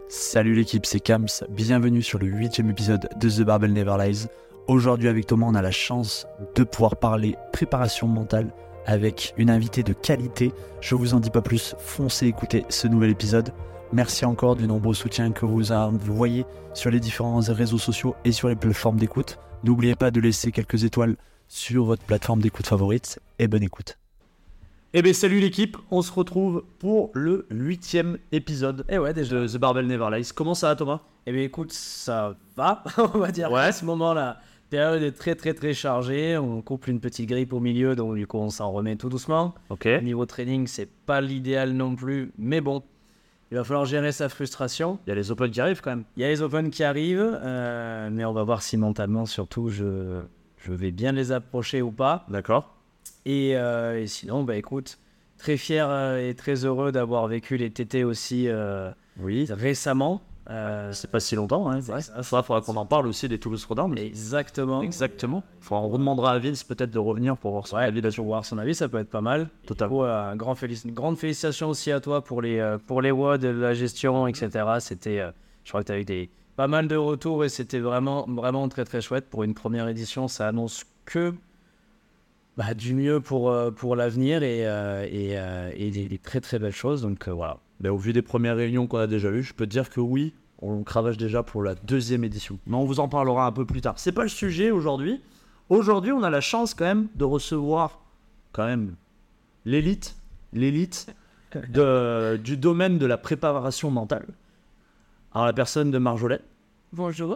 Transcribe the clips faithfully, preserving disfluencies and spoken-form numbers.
Salut l'équipe, c'est Kams, bienvenue sur le huitième épisode de The Barbell Never Lies. Aujourd'hui avec Thomas, on a la chance de pouvoir parler préparation mentale avec une invitée de qualité. Je vous en dis pas plus, foncez écouter ce nouvel épisode. Merci encore du nombreux soutien que vous envoyez sur les différents réseaux sociaux et sur les plateformes d'écoute. N'oubliez pas de laisser quelques étoiles sur votre plateforme d'écoute favorite et bonne écoute. Eh bien salut l'équipe, on se retrouve pour le huitième épisode Et ouais, déjà. de The Barbell Never Lies. Comment ça va Thomas? Eh bien écoute, ça va, on va dire. Ouais. À ce moment-là, la période est très très très chargée. On couple une petite grippe au milieu, donc du coup on s'en remet tout doucement. Ok. Niveau training, c'est pas l'idéal non plus, mais bon, il va falloir gérer sa frustration. Il y a les Open qui arrivent quand même. Il y a les Open qui arrivent, euh, mais on va voir si mentalement surtout je, je vais bien les approcher ou pas. D'accord. Et, euh, et sinon, bah écoute, très fier euh, et très heureux d'avoir vécu les T T aussi euh, Oui. récemment. Euh, C'est pas si longtemps, hein. c'est Ouais. ça, Il faudra qu'on en parle aussi des Toulouse Rodin. Exactement. Exactement. Faudra, on redemandera à Vince peut-être de revenir pour voir son Ouais, avis là-dessus. pour voir son avis, ça peut être pas mal. Totalement. Du coup, euh, un grand félic- une grande félicitation aussi à toi pour les, euh, pour les W O D, la gestion, et cetera. C'était, euh, je crois que tu as eu des, pas mal de retours et c'était vraiment, vraiment très très chouette. Pour une première édition, ça annonce que bah, du mieux pour, euh, pour l'avenir et, euh, et, euh, et des, des très très belles choses. Donc euh, voilà. Ben, au vu des premières réunions qu'on a déjà eues, je peux te dire que oui, on cravache déjà pour la deuxième édition. Mais on vous en parlera un peu plus tard. C'est pas le sujet aujourd'hui. Aujourd'hui, on a la chance quand même de recevoir quand même l'élite, l'élite de, du domaine de la préparation mentale. Alors la personne de Marjolaine. Bonjour.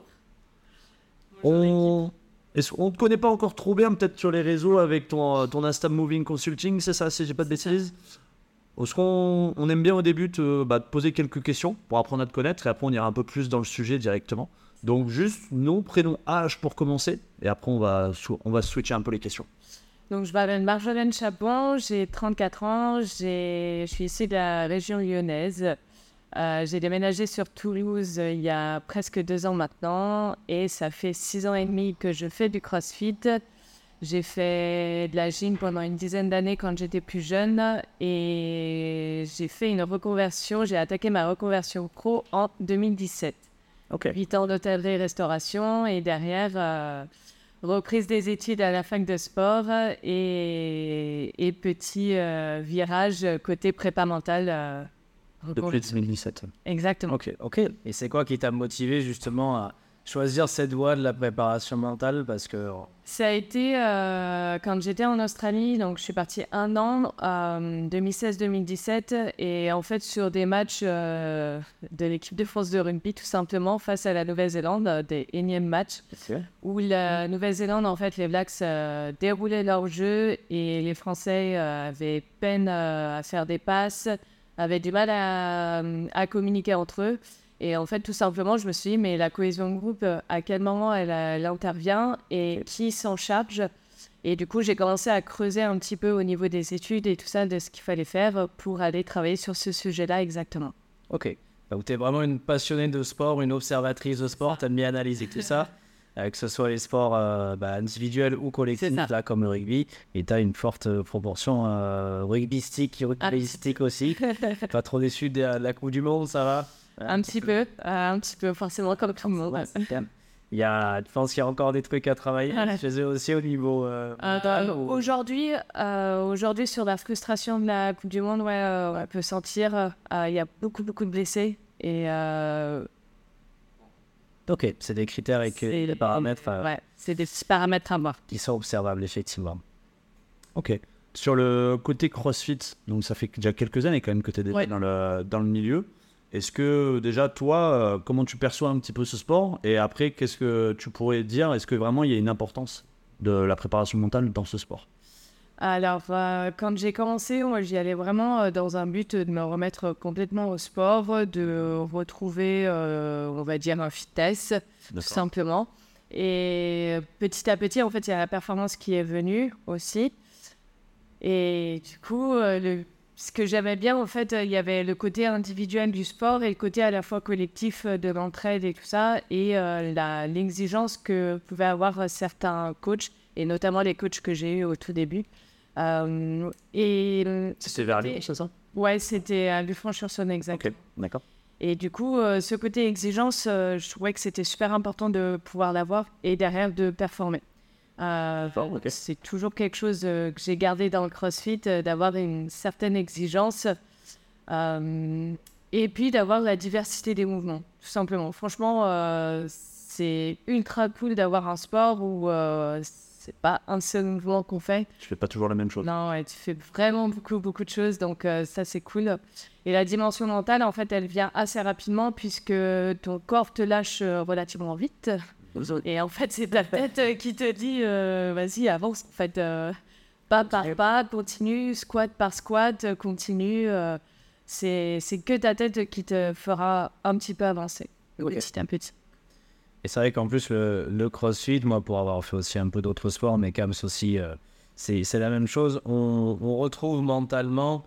On est-ce qu'on te connaît pas encore trop bien, peut-être sur les réseaux avec ton, ton Insta Moving Consulting, c'est ça, si j'ai pas de bêtises? Est-ce qu'on on aime bien au début te, bah, te poser quelques questions pour apprendre à te connaître et après on ira un peu plus dans le sujet directement. Donc juste nom, prénom, âge pour commencer et après on va, sou- on va switcher un peu les questions. Donc, je m'appelle Marjolaine Chapon, j'ai trente-quatre ans, j'ai... je suis issue de la région lyonnaise. Euh, j'ai déménagé sur Toulouse euh, il y a presque deux ans maintenant et ça fait six ans et demi que je fais du CrossFit. J'ai fait de la gym pendant une dizaine d'années quand j'étais plus jeune et j'ai fait une reconversion, j'ai attaqué ma reconversion pro en deux mille dix-sept. Ok. huit ans d'hôtellerie-restauration et derrière, euh, reprise des études à la fac de sport et, et petit euh, virage côté prépa mentale. Euh, Depuis deux mille dix-sept. Exactement. Ok, ok. Et c'est quoi qui t'a motivé justement à choisir cette voie de la préparation mentale? Parce que Ça a été euh, quand j'étais en Australie, donc je suis partie un an, euh, deux mille seize deux mille dix-sept, et en fait sur des matchs euh, de l'équipe de France de rugby tout simplement face à la Nouvelle-Zélande, euh, des énièmes matchs, où la Nouvelle-Zélande, en fait, les Blacks euh, déroulaient leur jeu et les Français euh, avaient peine euh, à faire des passes, avaient du mal à, à communiquer entre eux. Et en fait, tout simplement, je me suis dit, mais la cohésion de groupe, euh, à quel moment elle, euh, elle intervient et qui s'en charge? Et du coup, j'ai commencé à creuser un petit peu au niveau des études et tout ça, de ce qu'il fallait faire pour aller travailler sur ce sujet-là exactement. ok. Donc t'es vraiment une passionnée de sport, une observatrice de sport, t'aimes bien analyser tout ça, euh, que ce soit les sports euh, bah, individuels ou collectifs, C'est ça. là comme le rugby, et t'as une forte euh, proportion euh, rugbystique, rugbystique aussi. Pas trop déçu de la, de la Coupe du Monde, ça va? Un petit peu, euh, un petit peu, forcément, comme tout le monde. Il y a, je pense qu'il y a encore des trucs à travailler Voilà. chez eux aussi au niveau... euh, Euh, mental, ou- aujourd'hui, euh, aujourd'hui, sur la frustration de la Coupe du Monde, ouais, euh, on peut sentir, euh, il y a beaucoup, beaucoup de blessés. Et euh, Ok, c'est des critères et que c'est- des paramètres euh, ouais, c'est des petits paramètres à voir. qui sont observables, effectivement. Ok. Sur le côté CrossFit, donc ça fait déjà quelques années quand même que tu es Ouais. dans, le, dans le milieu. Est-ce que déjà toi, euh, comment tu perçois un petit peu ce sport? Et après, qu'est-ce que tu pourrais dire? Est-ce que vraiment il y a une importance de la préparation mentale dans ce sport? Alors, euh, quand j'ai commencé, moi, j'y allais vraiment euh, dans un but de me remettre complètement au sport, de retrouver, euh, on va dire, un fitness, tout simplement. Et petit à petit, en fait, il y a la performance qui est venue aussi. Et du coup, euh, le, ce que j'aimais bien, en fait, euh, il y avait le côté individuel du sport et le côté à la fois collectif euh, de l'entraide et tout ça, et euh, la, l'exigence que pouvaient avoir euh, certains coachs, et notamment les coachs que j'ai eus au tout début. Euh, et C'est vers Lyon, c'est ça? ouais, c'était à Villefranche-sur-Saône, exact. Ok, d'accord. Et du coup, euh, ce côté exigence, euh, je trouvais que c'était super important de pouvoir l'avoir et derrière de performer. Euh, Oh, ok. C'est toujours quelque chose euh, que j'ai gardé dans le CrossFit, euh, d'avoir une certaine exigence euh, et puis d'avoir la diversité des mouvements, tout simplement. Franchement, euh, c'est ultra cool d'avoir un sport où euh, c'est pas un seul mouvement qu'on fait. Je fais pas toujours la même chose. Non, ouais, tu fais vraiment beaucoup, beaucoup de choses, donc euh, ça, c'est cool. Et la dimension mentale, en fait, elle vient assez rapidement puisque ton corps te lâche euh, relativement vite. Et en fait, c'est ta tête euh, qui te dit, euh, vas-y, avance, en fait. Euh, pas par pas, continue, squat par squat, euh, continue. Euh, c'est, c'est que ta tête qui te fera un petit peu avancer, Okay. petit à petit. Et c'est vrai qu'en plus, le, le CrossFit, moi, pour avoir fait aussi un peu d'autres sports, mais Kams aussi, euh, c'est, c'est la même chose. On, on retrouve mentalement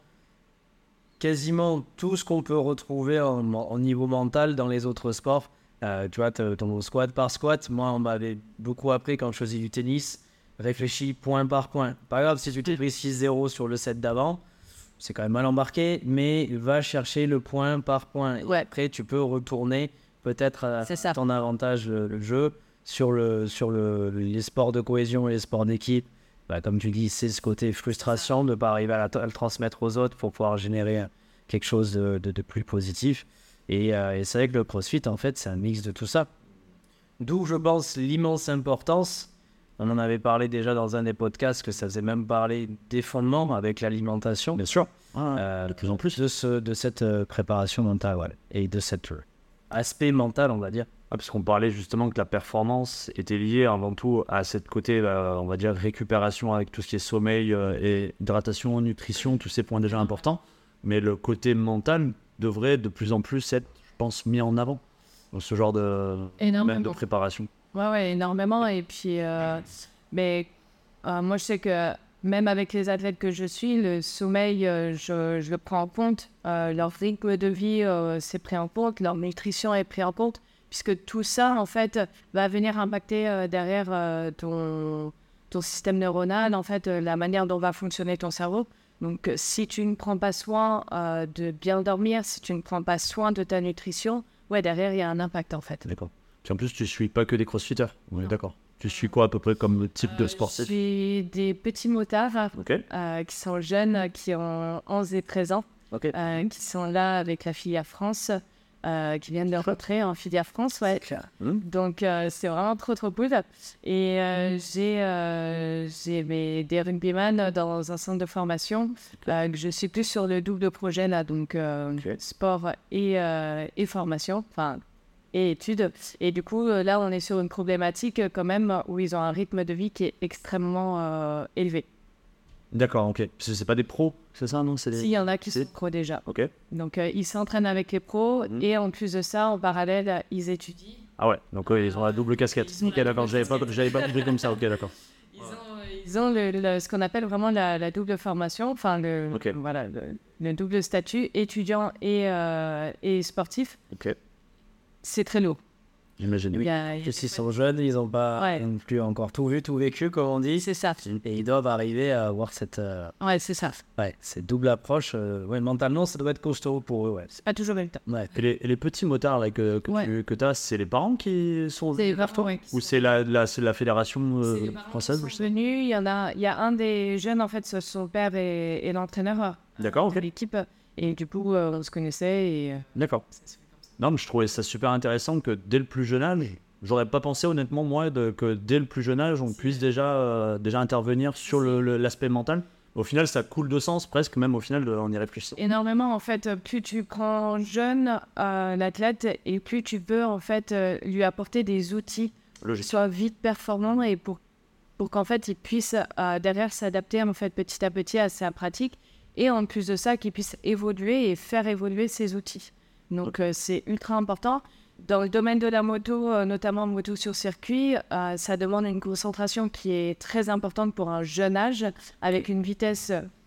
quasiment tout ce qu'on peut retrouver en, en niveau mental dans les autres sports. Euh, tu vois, t- ton squat par squat, moi, on m'avait beaucoup appris quand je faisais du tennis. Réfléchis point par point. Pas grave si tu t'es pris six zéro sur le set d'avant, c'est quand même mal embarqué, mais va chercher le point par point. Et Ouais. après, tu peux retourner peut-être à, C'est ça. à ton avantage le, le jeu sur, le, sur le, les sports de cohésion et les sports d'équipe. Bah, comme tu dis, c'est ce côté frustration de ne pas arriver à, la, à le transmettre aux autres pour pouvoir générer quelque chose de, de, de plus positif. Et, euh, et c'est vrai que le CrossFit, en fait, c'est un mix de tout ça. D'où, je pense, l'immense importance. On en avait parlé déjà dans un des podcasts, que ça faisait même parler des fondements avec l'alimentation. Bien sûr. Euh, de plus en plus. De, ce, de cette euh, préparation mentale, ouais, et de cet euh, aspect mental, on va dire. Ah, parce qu'on parlait justement que la performance était liée avant tout à cette côté, euh, on va dire, récupération avec tout ce qui est sommeil euh, et Hydratation, nutrition, tous ces points déjà importants. mais le côté mental devrait de plus en plus être, je pense, mis en avant dans ce genre de, Énormément. même de préparation. Ouais, ouais, énormément. Et puis, euh, mais euh, moi, je sais que même avec les athlètes que je suis, le sommeil, euh, je, je le prends en compte. Euh, leur rythme de vie, euh, c'est pris en compte. Leur nutrition est pris en compte. Puisque tout ça, en fait, va venir impacter euh, derrière euh, ton, ton système neuronal, en fait, euh, la manière dont va fonctionner ton cerveau. Donc, euh, si tu ne prends pas soin euh, de bien dormir, si tu ne prends pas soin de ta nutrition, ouais, derrière, il y a un impact, en fait. D'accord. Puis en plus, tu suis pas que des crossfitters. On est d'accord. Tu suis quoi à peu près comme type de Je sportif? suis des petits motards Ok. euh, qui sont jeunes, euh, qui ont onze et treize ans, Ok. euh, qui sont là avec la filière France, euh, qui viennent de rentrer en filière France. Ouais. Hum. Donc, euh, c'est vraiment trop, trop cool. Et euh, j'ai, euh, j'ai mes, des rugbyman dans un centre de formation, euh, que je suis plus sur le double projet, là, donc euh, Ok. sport et, euh, et formation, enfin, et études. Et du coup, euh, là, on est sur une problématique euh, quand même où ils ont un rythme de vie qui est extrêmement euh, élevé. D'accord, ok. Parce que c'est pas des pros, c'est ça, non? C'est des... S'il y en a qui c'est- sont pros déjà. Ok. Donc, euh, ils s'entraînent avec les pros Mhm. et en plus de ça, en parallèle, euh, ils étudient. Ah ouais, donc ouais, ils ont la double casquette. Ils ont Ok, la d'accord, double j'avais pas, casquette. j'avais pas compris comme ça, ok, d'accord. Ils ont, ils ont le, le- ce qu'on appelle vraiment la, la double formation, enfin le, Ok. voilà, le, le double statut étudiant et, euh, et sportif. Ok, C'est très lourd. j'imagine. Il y a- il y a- Ils sont jeunes, ils n'ont pas Ouais. non plus encore tout vu, tout vécu, comme on dit. C'est ça. Et ils doivent arriver à avoir cette, euh, Ouais, c'est ça. ouais, cette double approche. euh, ouais, mentalement, ça doit être costaud pour eux. Ouais. C'est pas toujours le temps. Ouais. Et les, et les petits motards là, que, que Ouais. tu que as, c'est les parents qui sont C'est vers toi? vraiment, ouais. Ou c'est la, la, c'est la fédération euh, C'est les parents française? qui je sont sais. venus. Il y en a, il y a un des jeunes en fait, c'est son père et, et l'entraîneur euh, D'accord, ok. de l'équipe. Et du coup, euh, on se connaissait et. euh, D'accord. Non, mais je trouvais ça super intéressant que dès le plus jeune âge, j'aurais pas pensé honnêtement moi de, que dès le plus jeune âge on puisse déjà, euh, déjà intervenir sur le- le- l'aspect mental. Au final, ça coule de sens presque, même au final, de- en y réfléchissant. Énormément en fait, plus tu prends jeune euh, l'athlète et plus tu peux en fait euh, lui apporter des outils qui Logique. soient vite performants et pour, pour qu'en fait il puisse euh, derrière s'adapter en fait petit à petit à sa pratique et en plus de ça qu'il puisse évoluer et faire évoluer ses outils. Donc euh, c'est ultra important. Dans le domaine de la moto, euh, notamment moto sur circuit, euh, ça demande une concentration qui est très importante pour un jeune âge avec une vitesse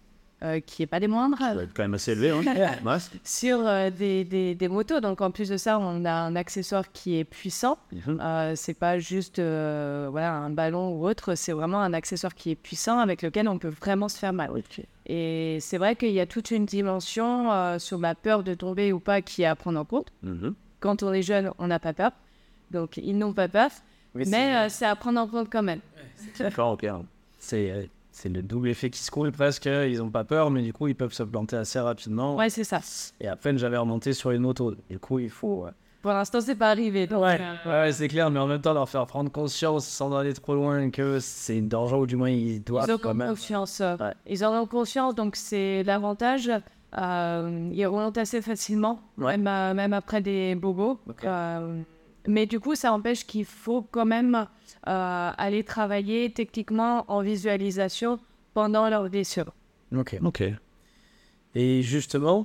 euh, qui n'est pas des moindres, Ça va être quand même assez élevé, hein. Ouais. sur euh, des, des, des motos. Donc en plus de ça, on a un accessoire qui est puissant. Mhm. Euh, c'est pas juste euh, voilà, un ballon ou autre, c'est vraiment un accessoire qui est puissant avec lequel on peut vraiment se faire mal. Ok. Et c'est vrai qu'il y a toute une dimension euh, sur la peur de tomber ou pas qui est à prendre en compte. Mhm. Quand on est jeune, on n'a pas peur. Donc ils n'ont pas peur. Oui, mais euh, c'est à prendre en compte quand même. D'accord, ok. C'est, euh, c'est le double effet qui se coule presque. Ils n'ont pas peur, mais du coup, ils peuvent se planter assez rapidement. Ouais, c'est ça. Et à peine j'avais remonté sur une moto. Du coup, il faut. euh, Pour l'instant, c'est pas arrivé. Donc, Ouais, euh, ouais, c'est clair, mais en même temps, leur faire prendre conscience sans aller trop loin que c'est dangereux, ou du moins, ils doivent Ils ont quand même. confiance. euh, Ouais. Ils en ont conscience, donc c'est l'avantage. Euh, ils remontent assez facilement, Ouais. même, euh, même après des bobos. Ok. Euh, mais du coup, ça empêche qu'il faut quand même euh, aller travailler techniquement en visualisation pendant leur blessure. Ok. Ok. Et justement,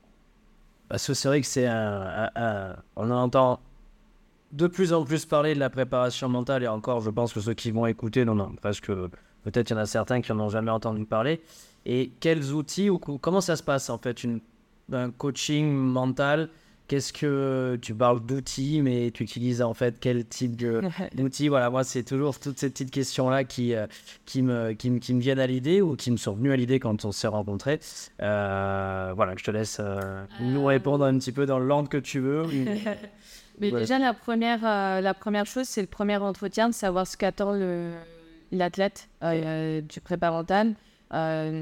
parce que c'est vrai que c'est un, un- un- On entend de plus en plus parler de la préparation mentale, et encore, je pense que ceux qui vont écouter, non, non, parce que peut-être il y en a certains qui n'en ont jamais entendu parler. Et quels outils, ou co- comment ça se passe en fait, une, un coaching mental? Qu'est-ce que tu parles d'outils, mais tu utilises en fait quel type de, d'outils? Voilà, moi, c'est toujours toutes ces petites questions-là qui, euh, qui, me, qui, me, qui me viennent à l'idée ou qui me sont venues à l'idée quand on s'est rencontrés. Euh, voilà, je te laisse euh, nous répondre un petit peu dans l'ordre que tu veux. Mais Ouais. déjà, la première, euh, la première chose, c'est le premier entretien, de savoir ce qu'attend le, l'athlète euh, du prépa mental, euh,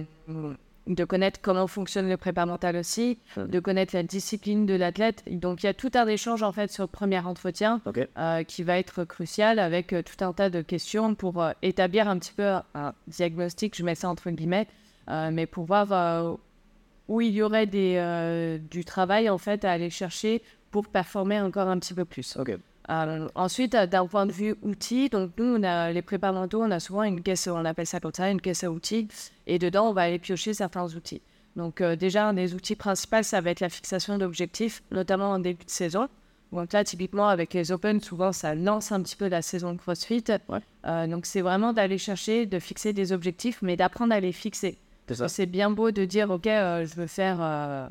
de connaître comment fonctionne le prépa mental aussi, de connaître la discipline de l'athlète. Donc, il y a tout un échange, en fait, sur le premier entretien Ok. euh, qui va être crucial avec euh, tout un tas de questions pour euh, établir un petit peu un diagnostic, je mets ça entre guillemets, euh, mais pour voir euh, où il y aurait des, euh, du travail, en fait, à aller chercher pour performer encore un petit peu plus. Ok. Euh, ensuite, euh, d'un point de vue outils, donc nous, on a, les prépas mentaux, on a souvent une caisse, on appelle ça comme ça, une caisse à outils, et dedans, on va aller piocher certains outils. Donc euh, déjà, un des outils principaux, ça va être la fixation d'objectifs, notamment en début de saison. Donc là, typiquement, avec les Open, souvent, ça lance un petit peu la saison de CrossFit. Ouais. Euh, donc c'est vraiment d'aller chercher, de fixer des objectifs, mais d'apprendre à les fixer. C'est ça. C'est bien beau de dire, OK, euh, je veux faire euh,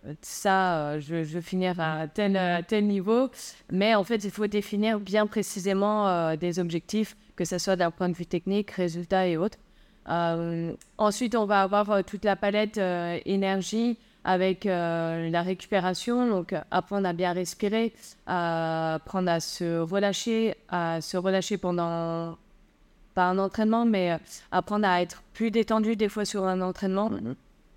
ça, euh, je, je veux finir à tel, à tel niveau. Mais en fait, il faut définir bien précisément euh, des objectifs, que ce soit d'un point de vue technique, résultats et autres. Euh, ensuite, on va avoir euh, toute la palette euh, énergie avec euh, la récupération. Donc, euh, apprendre à bien respirer, à apprendre à se relâcher, à se relâcher pendant... pas un entraînement, mais euh, apprendre à être plus détendu des fois sur un entraînement Mhm.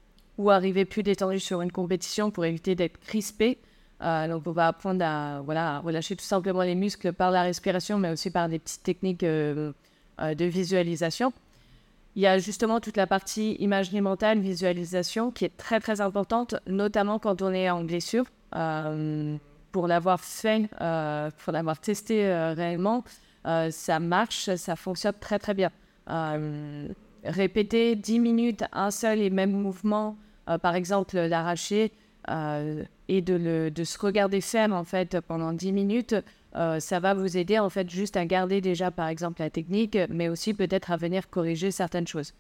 ou arriver plus détendu sur une compétition pour éviter d'être crispé. Euh, donc, on va apprendre à, voilà, à relâcher tout simplement les muscles par la respiration, mais aussi par des petites techniques euh, euh, de visualisation. Il y a justement toute la partie imagerie mentale, visualisation, qui est très très importante, notamment quand on est en blessure. Euh, pour l'avoir fait, euh, pour l'avoir testé euh, réellement, euh, ça marche, ça fonctionne très très bien. Euh, répéter dix minutes un seul et même mouvement, euh, par exemple l'arracher, euh, et de, le, de se regarder faire en fait pendant dix minutes, euh, ça va vous aider en fait juste à garder déjà par exemple la technique, mais aussi peut-être à venir corriger certaines choses.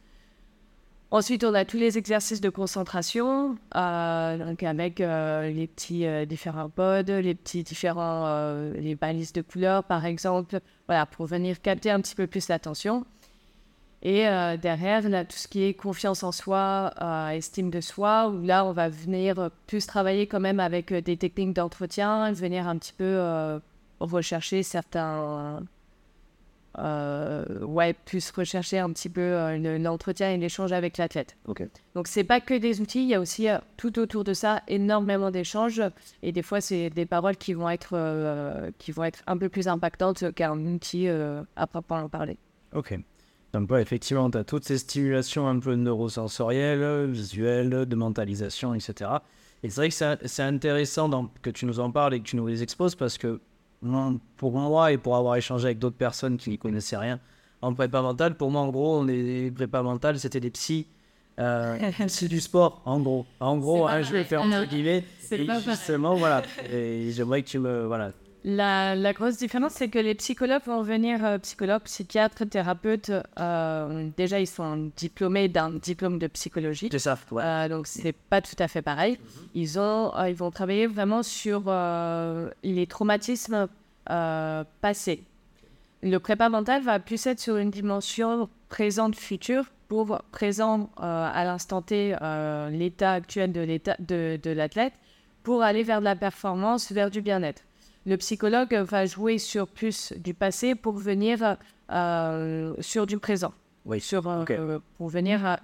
Ensuite, on a tous les exercices de concentration, euh, donc avec euh, les petits euh, différents pods, les petits différents euh, les balises de couleurs par exemple, voilà, pour venir capter un petit peu plus l'attention. Et euh, derrière, là, tout ce qui est confiance en soi, euh, estime de soi, où là, on va venir plus travailler quand même avec euh, des techniques d'entretien, venir un petit peu euh, rechercher certains... Euh, ouais, plus rechercher un petit peu euh, le- l'entretien et l'échange avec l'athlète. Ok. Donc, c'est pas que des outils, il y a aussi euh, tout autour de ça énormément d'échanges. Et des fois, c'est des paroles qui vont être, euh, qui vont être un peu plus impactantes qu'un outil euh, à proprement parler. Ok. Donc, ouais, effectivement, tu as toutes ces stimulations un peu neurosensorielles, visuelles, de mentalisation, et cetera. Et c'est vrai que c'est, c'est intéressant dans- que tu nous en parles et que tu nous les exposes parce que moi, pour moi et pour avoir échangé avec d'autres personnes qui n'y connaissaient rien en prépa mentale, pour moi, en gros, on est prépa mentale, c'était des psys. Euh, c'est du sport, en gros. En gros, pas hein, je vais vrai. faire Alors, entre guillemets. c'est Et pas vrai. justement, voilà. Et j'aimerais que tu me. Voilà. La, la grosse différence, c'est que les psychologues vont venir, euh, psychologues, psychiatres, thérapeutes, euh, déjà ils sont diplômés d'un diplôme de psychologie. C'est ça, ouais. Euh, donc c'est pas tout à fait pareil. Mm-hmm. Ils, ont, euh, ils vont travailler vraiment sur euh, les traumatismes euh, passés. Le prépa mental va plus être sur une dimension présente-future pour présent euh, à l'instant T, euh, l'état actuel de, l'état, de, de l'athlète, pour aller vers de la performance, vers du bien-être. Le psychologue va jouer sur plus du passé pour venir euh, sur du présent. Oui. Sur, euh, Okay. euh, pour venir à,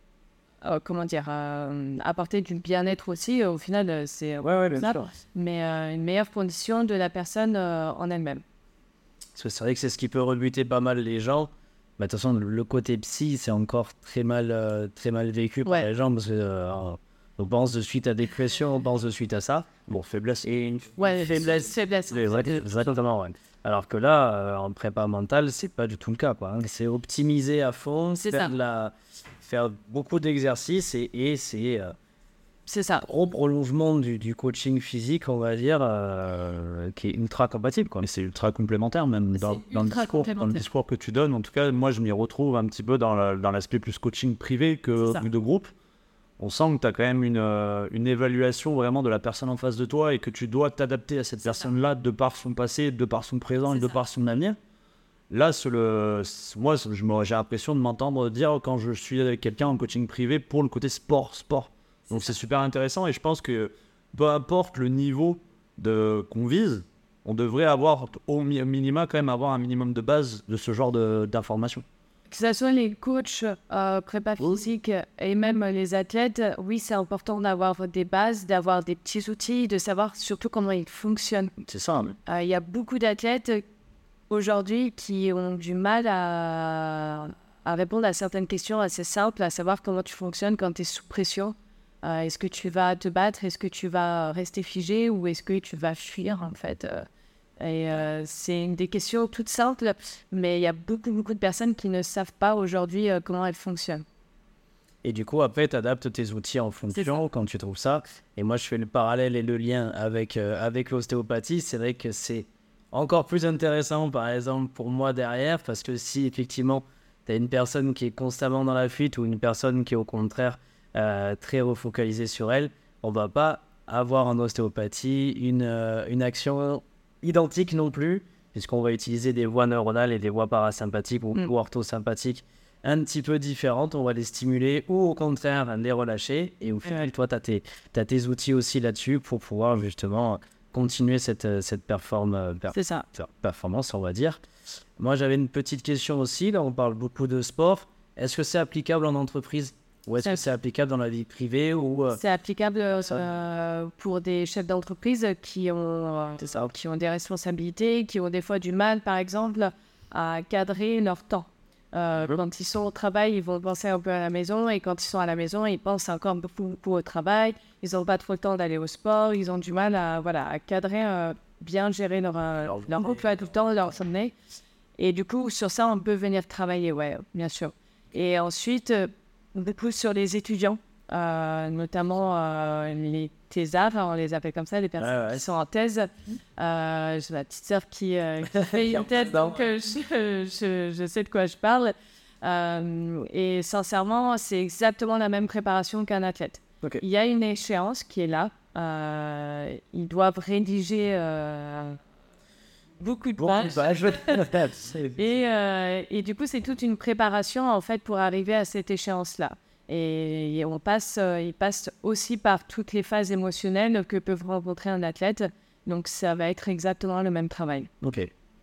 euh, comment dire, euh, apporter du bien-être aussi. Au final, c'est Ouais, ouais, bien ça, sûr. mais euh, une meilleure condition de la personne euh, en elle-même. Parce que c'est vrai que c'est ce qui peut rebuter pas mal les gens. Mais de toute façon, le côté psy, c'est encore très mal, euh, très mal vécu par Ouais. les gens. Parce que, euh, on pense de suite à dépression, on pense de suite à ça. Bon, faiblesse. Et une Ouais, faiblesse. faiblesse. Exactement, ouais. Alors que là, euh, en prépa mentale, c'est pas du tout le cas, quoi. Hein. C'est optimiser à fond, C'est faire, ça. de la... faire beaucoup d'exercices et, et c'est euh, C'est ça. gros prolongement du, du coaching physique, on va dire, euh, qui est ultra compatible, quoi. Mais c'est ultra complémentaire, même dans, C'est dans, le ultra discours, dans le complémentaire. discours que tu donnes. En tout cas, moi, je m'y retrouve un petit peu dans, la- dans l'aspect plus coaching privé que C'est ça. de groupe. On sent que tu as quand même une, euh, une évaluation vraiment de la personne en face de toi et que tu dois t'adapter à cette personne-là de par son passé, de par son présent et C'est de ça. par son avenir. Là, c'est le, c'est- moi, je me- j'ai l'impression de m'entendre dire quand je suis avec quelqu'un en coaching privé pour le côté sport, sport. Donc c'est super intéressant et je pense que peu importe le niveau de, qu'on vise, on devrait avoir au mi- minima quand même avoir un minimum de base de ce genre de, d'informations. Que ce soit les coachs, euh, prépa physique et même les athlètes, oui, c'est important d'avoir des bases, d'avoir des petits outils, de savoir surtout comment ils fonctionnent. C'est ça. Mais... Euh, Il y a beaucoup d'athlètes aujourd'hui qui ont du mal à, à répondre à certaines questions assez simples, à savoir comment tu fonctionnes quand tu es sous pression. Euh, est-ce que tu vas te battre? Est-ce que tu vas rester figé? Ou est-ce que tu vas fuir, en fait? Euh, Et euh, c'est une des questions toutes simples, mais il y a beaucoup, beaucoup de personnes qui ne savent pas aujourd'hui euh, comment elles fonctionnent. Et du coup, après, tu adaptes tes outils en fonction quand tu trouves ça. Et moi, je fais le parallèle et le lien avec, euh, avec l'ostéopathie. C'est vrai que c'est encore plus intéressant, par exemple, pour moi derrière, parce que si effectivement, tu as une personne qui est constamment dans la fuite ou une personne qui est au contraire euh, très refocalisée sur elle, on va pas avoir en ostéopathie une, euh, une action identique non plus, puisqu'on va utiliser des voies neuronales et des voies parasympathiques ou, Mm. ou orthosympathiques un petit peu différentes. On va les stimuler ou au contraire les relâcher. Et au final, Ouais. toi, tu as tes, t'as tes outils aussi là-dessus pour pouvoir justement continuer cette, cette perform, per- C'est ça. per- performance, on va dire. Moi, j'avais une petite question aussi. Là, on parle beaucoup de sport. Est-ce que c'est applicable en entreprise ou est-ce C'est- que c'est applicable dans la vie privée ou euh, C'est applicable euh, pour des chefs d'entreprise qui ont, euh, C'est ça. qui ont des responsabilités, qui ont des fois du mal, par exemple, à cadrer leur temps. Euh, Mhm. Quand ils sont au travail, ils vont penser un peu à la maison, et quand ils sont à la maison, ils pensent encore beaucoup, beaucoup au travail. Ils n'ont pas trop le temps d'aller au sport, ils ont du mal à, voilà, à cadrer, euh, bien gérer leur, euh, Leur leur journée. emploi du temps, leur journée. Et du coup, sur ça, on peut venir travailler, ouais, bien sûr. Et ensuite, euh, beaucoup sur les étudiants, euh, notamment euh, les thésards, on les appelle comme ça, les personnes Ouais, ouais. qui sont en thèse. Euh, j'ai ma petite sœur qui, euh, qui fait une thèse, donc euh, je, je, je sais de quoi je parle. Euh, et sincèrement, c'est exactement la même préparation qu'un athlète. Ok. Il y a une échéance qui est là. Euh, ils doivent rédiger euh, beaucoup de Bon, pages. bah, je vais- c'est- Et, euh, et du coup, c'est toute une préparation en fait pour arriver à cette échéance-là. Et, et on passe, euh, il passe aussi par toutes les phases émotionnelles que peuvent rencontrer un athlète. Donc, ça va être exactement le même travail. Ok.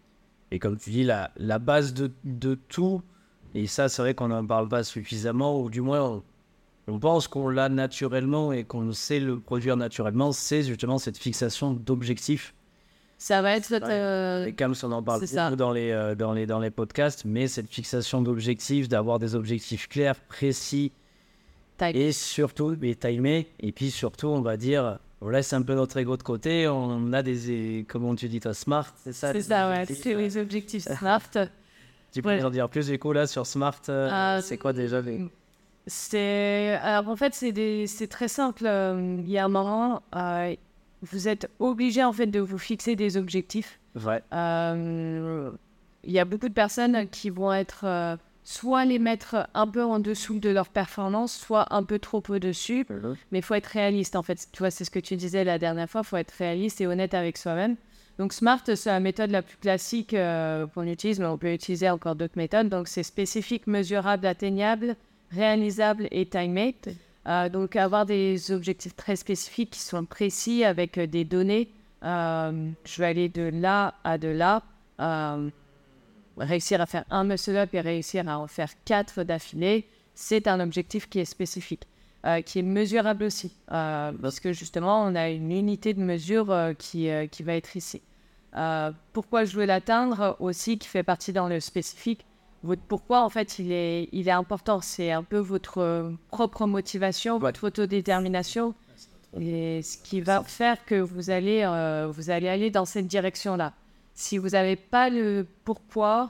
Et comme tu dis, la, la base de, de tout, et ça, c'est vrai qu'on n'en parle pas suffisamment, ou du moins, on, on pense qu'on l'a naturellement et qu'on sait le produire naturellement, c'est justement cette fixation d'objectifs. Ça va être euh, Et comme on en parle c'est beaucoup ça. dans les, euh, dans, les, dans les podcasts, mais cette fixation d'objectifs, d'avoir des objectifs clairs, précis, Type. et surtout, et timés, et puis surtout, on va dire, on laisse un peu notre ego de côté, on a des, comment tu dis toi, smart, c'est ça C'est des ça, ouais. objectifs, C'est les objectifs SMART. Tu peux Ouais. en dire plus du coup là sur Smart, euh, Euh, c'est quoi déjà les... C'est alors en fait c'est des c'est très simple. Euh, Il y a un moment, euh, vous êtes obligé en fait de vous fixer des objectifs. Ouais. Euh, Il y a beaucoup de personnes qui vont être euh, soit les mettre un peu en dessous de leur performance, soit un peu trop au-dessus. Mhm. Mais il faut être réaliste en fait. Tu vois, c'est ce que tu disais la dernière fois. Il faut être réaliste et honnête avec soi-même. Donc SMART, c'est la méthode la plus classique euh, qu'on utilise, mais on peut utiliser encore d'autres méthodes. Donc c'est spécifique, mesurable, atteignable, réalisable et timé. Euh, donc avoir des objectifs très spécifiques qui sont précis avec euh, des données. Euh, je vais aller de là à de là. Euh, réussir à faire un muscle-up et réussir à en faire quatre d'affilée, c'est un objectif qui est spécifique, euh, qui est mesurable aussi. Euh, parce que justement, on a une unité de mesure euh, qui, euh, qui va être ici. Euh, pourquoi je veux l'atteindre aussi, qui fait partie dans le spécifique. Votre pourquoi, en fait, il est, il est important. C'est un peu votre euh, propre motivation, votre autodétermination. Et ce qui va faire que vous allez, euh, vous allez aller dans cette direction-là. Si vous n'avez pas le pourquoi,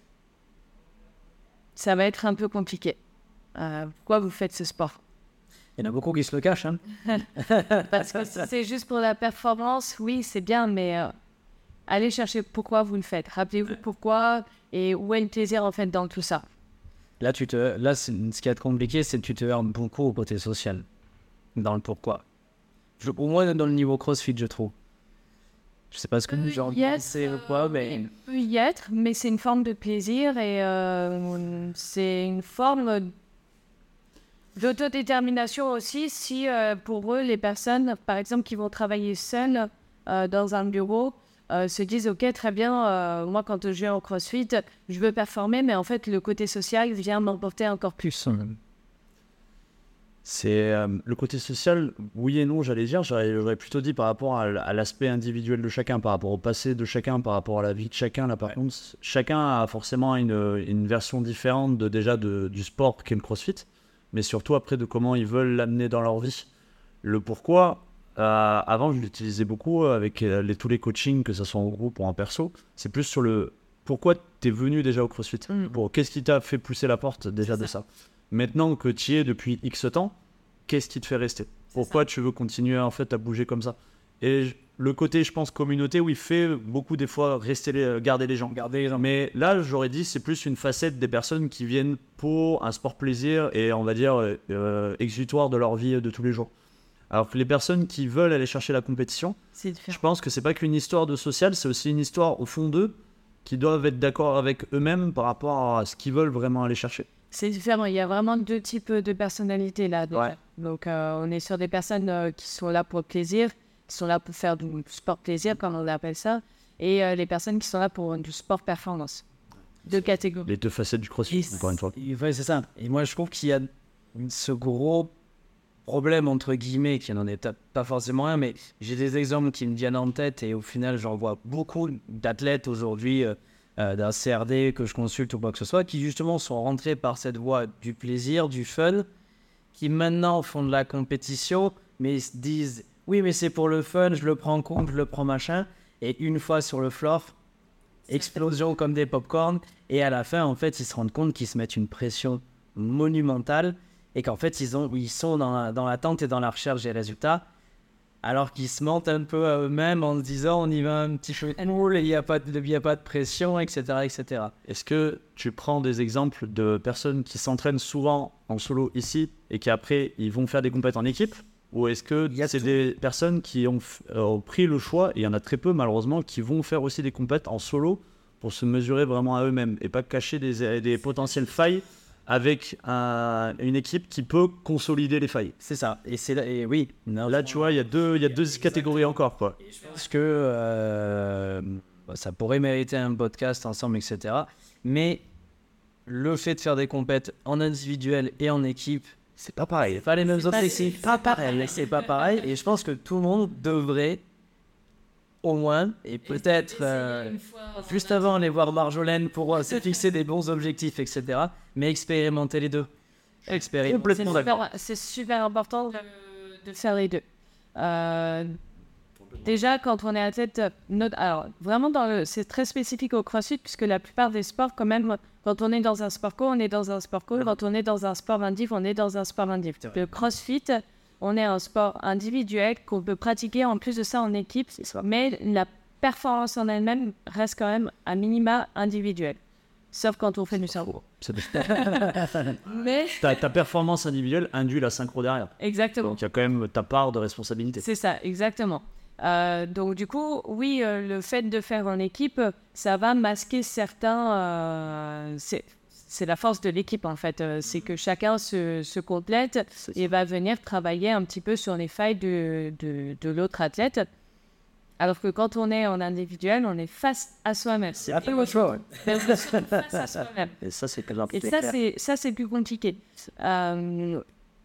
ça va être un peu compliqué. Euh, pourquoi vous faites ce sport? Il y en a beaucoup qui se le cachent. Hein. Parce que si c'est juste pour la performance, oui, c'est bien, mais euh, allez chercher pourquoi vous le faites. Rappelez-vous pourquoi et où est le plaisir en fait dans tout ça. Là, tu te, là c'est, ce qui est compliqué, c'est que tu te heurtes beaucoup au côté social, dans le pourquoi. Je, au moins dans le niveau CrossFit, je trouve. Je sais pas ce que Euh, genre yes, c'est euh, ou quoi, mais Il peut y être, mais c'est une forme de plaisir et euh, c'est une forme d'autodétermination aussi. Si euh, pour eux, les personnes, par exemple, qui vont travailler seules euh, dans un bureau, euh, se disent ok, très bien, euh, moi quand je viens au CrossFit, je veux performer, mais en fait, le côté social vient m'emporter encore plus. C'est euh, le côté social, oui et non, j'allais dire. J'aurais, j'aurais plutôt dit par rapport à, l- à l'aspect individuel de chacun, par rapport au passé de chacun, par rapport à la vie de chacun. Là, par contre, chacun a forcément une, une version différente de, déjà de, du sport qu'est le CrossFit, mais surtout après de comment ils veulent l'amener dans leur vie. Le pourquoi, euh, avant, je l'utilisais beaucoup avec euh, les, tous les coachings, que ce soit en groupe ou en perso. C'est plus sur le pourquoi tu es venu déjà au CrossFit. Mm. Bon, qu'est-ce qui t'a fait pousser la porte déjà C'est de ça. ça. Maintenant que tu y es depuis X temps, qu'est-ce qui te fait rester? Pourquoi tu veux continuer en fait à bouger comme ça? Et je- le côté, je pense, communauté, oui, fait beaucoup des fois rester les, garder les gens. regardez les gens. Mais là, j'aurais dit, c'est plus une facette des personnes qui viennent pour un sport plaisir et on va dire euh, euh, exutoire de leur vie de tous les jours. Alors que les personnes qui veulent aller chercher la compétition, C'est je différent. pense que c'est pas qu'une histoire de social, c'est aussi une histoire au fond d'eux qui doivent être d'accord avec eux-mêmes par rapport à ce qu'ils veulent vraiment aller chercher. C'est différent. Il y a vraiment deux types de personnalités là. déjà. Ouais. Donc, euh, on est sur des personnes euh, qui sont là pour le plaisir, qui sont là pour faire du sport plaisir, comme on appelle ça, et euh, les personnes qui sont là pour du sport performance. Deux catégories. Les deux facettes du crossfit, Et encore une fois. c'est- ouais, c'est ça. Et moi, je trouve qu'il y a ce gros problème, entre guillemets, qui n'en est ta- pas forcément un, mais j'ai des exemples qui me viennent en tête et au final, j'en vois beaucoup d'athlètes aujourd'hui, euh, euh, d'un C R D que je consulte ou quoi que ce soit, qui justement sont rentrés par cette voie du plaisir, du fun, qui maintenant font de la compétition, mais ils se disent « Oui, mais c'est pour le fun, je le prends en compte, je le prends machin. » Et une fois sur le floor, explosion comme des pop-corn. Et à la fin, en fait, ils se rendent compte qu'ils se mettent une pression monumentale et qu'en fait, ils, ont, ils sont dans, la- dans l'attente et dans la recherche des résultats, alors qu'ils se mentent un peu à eux-mêmes en se disant on y va un petit peu cool et il n'y a, pas de- il y a pas de pression, et cetera et cetera. Est-ce que tu prends des exemples de personnes qui s'entraînent souvent en solo ici et qui après ils vont faire des compétitions en équipe? Ou est-ce que y a c'est tout. des personnes qui ont, f- euh, ont pris le choix, et il y en a très peu malheureusement, qui vont faire aussi des compétitions en solo pour se mesurer vraiment à eux-mêmes et pas cacher des, des potentielles failles avec un- une équipe qui peut consolider les failles? C'est ça. Et, c'est là, et oui, non, Là, tu vois, il y a deux, il y a deux catégories encore, quoi. parce que euh, bah, ça pourrait mériter un podcast ensemble, et cetera. Mais le fait de faire des compètes en individuel et en équipe, c'est pas pareil. C'est pas les mêmes objectifs. Pas pareil. C'est pas pareil. Et je pense que tout le monde devrait, au moins, et peut-être euh, juste avant aller voir Marjolaine pour euh, se fixer des bons objectifs, et cetera. Mais expérimenter les deux. Expérimenter. C'est super, c'est super important de, de faire les deux. Euh, déjà, quand on est athlète, notre, alors vraiment, dans le, c'est très spécifique au CrossFit, puisque la plupart des sports, quand même, quand on est dans un sport co, on est dans un sport co. Quand on est dans un sport indiv, on est dans un sport indiv. Le CrossFit, on est un sport individuel qu'on peut pratiquer en plus de ça en équipe, mais la performance en elle-même reste quand même à minima individuelle. Sauf quand on fait du synchro. Mais... ta, ta performance individuelle induit la synchro derrière. Exactement. Donc il y a quand même ta part de responsabilité. C'est ça, exactement. Euh, donc du coup, oui, euh, le fait de faire en équipe, ça va masquer certains... Euh, c'est, c'est la force de l'équipe en fait. Euh, c'est que chacun se, se complète et va venir travailler un petit peu sur les failles de, de, de l'autre athlète. Alors que quand on est en individuel, on est face à soi-même. C'est après votre choix, ouais. Face à soi-même. Et ça, c'est très important. Et ça, c'est, ça, c'est plus compliqué. Euh,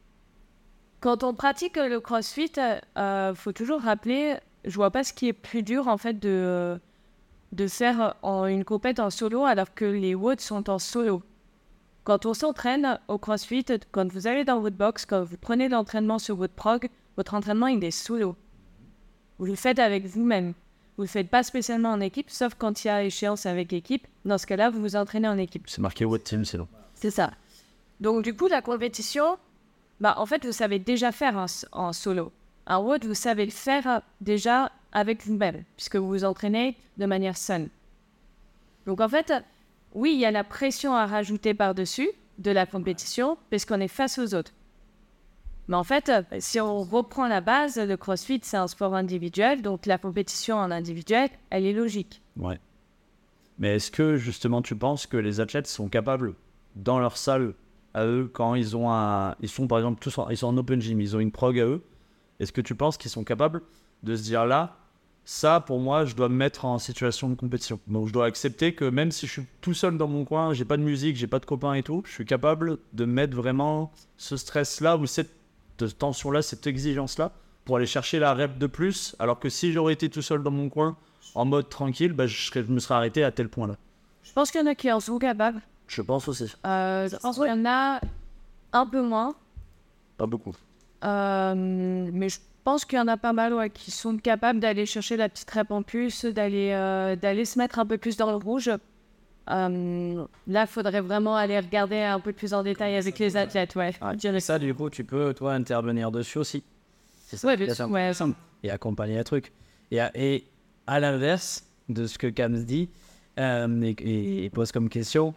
quand on pratique le crossfit, il euh, faut toujours rappeler, je vois pas ce qui est plus dur en fait de, de faire en, une compète en solo alors que les W O D sont en solo. Quand on s'entraîne au crossfit, quand vous allez dans votre box, quand vous prenez l'entraînement sur votre prog, votre entraînement il est solo. Vous le faites avec vous-même. Vous ne le faites pas spécialement en équipe, sauf quand il y a échéance avec équipe. Dans ce cas-là, vous vous entraînez en équipe. C'est marqué W O D Team, c'est long. C'est ça. Donc, du coup, la compétition, bah, en fait, vous savez déjà faire en, en solo. Un W O D, vous savez le faire déjà avec vous-même, puisque vous vous entraînez de manière seule. Donc, en fait, oui, il y a la pression à rajouter par-dessus de la compétition, parce qu'on est face aux autres. Mais en fait, si on reprend la base, le crossfit, c'est un sport individuel, donc la compétition en individuel, elle est logique. Ouais. Mais est-ce que, justement, tu penses que les athlètes sont capables, dans leur salle, à eux, quand ils ont un... Ils sont, par exemple, tous en... Ils sont en open gym, ils ont une prog à eux. Est-ce que tu penses qu'ils sont capables de se dire là, ça, pour moi, je dois me mettre en situation de compétition. Donc, je dois accepter que même si je suis tout seul dans mon coin, j'ai pas de musique, j'ai pas de copains et tout, je suis capable de mettre vraiment ce stress-là ou cette de tension-là, cette exigence-là, pour aller chercher la rep de plus, alors que si j'aurais été tout seul dans mon coin, en mode tranquille, bah, je, serais, je me serais arrêté à tel point-là. Je pense qu'il y en a qui en sont capables. Je pense aussi. Euh, je pense qu'il y en a un peu moins. Pas beaucoup. Euh, mais je pense qu'il y en a pas mal ouais, qui sont capables d'aller chercher la petite rep en plus, d'aller, euh, d'aller se mettre un peu plus dans le rouge. Euh, là, il faudrait vraiment aller regarder un peu plus en détail avec les athlètes. Ouais. Ah, et ça, du coup, tu peux, toi, intervenir dessus aussi. C'est ça. Ouais, bien sûr. Ouais. Et accompagner le truc. Et à, et à l'inverse de ce que Kams dit, euh, et, et, et pose comme question,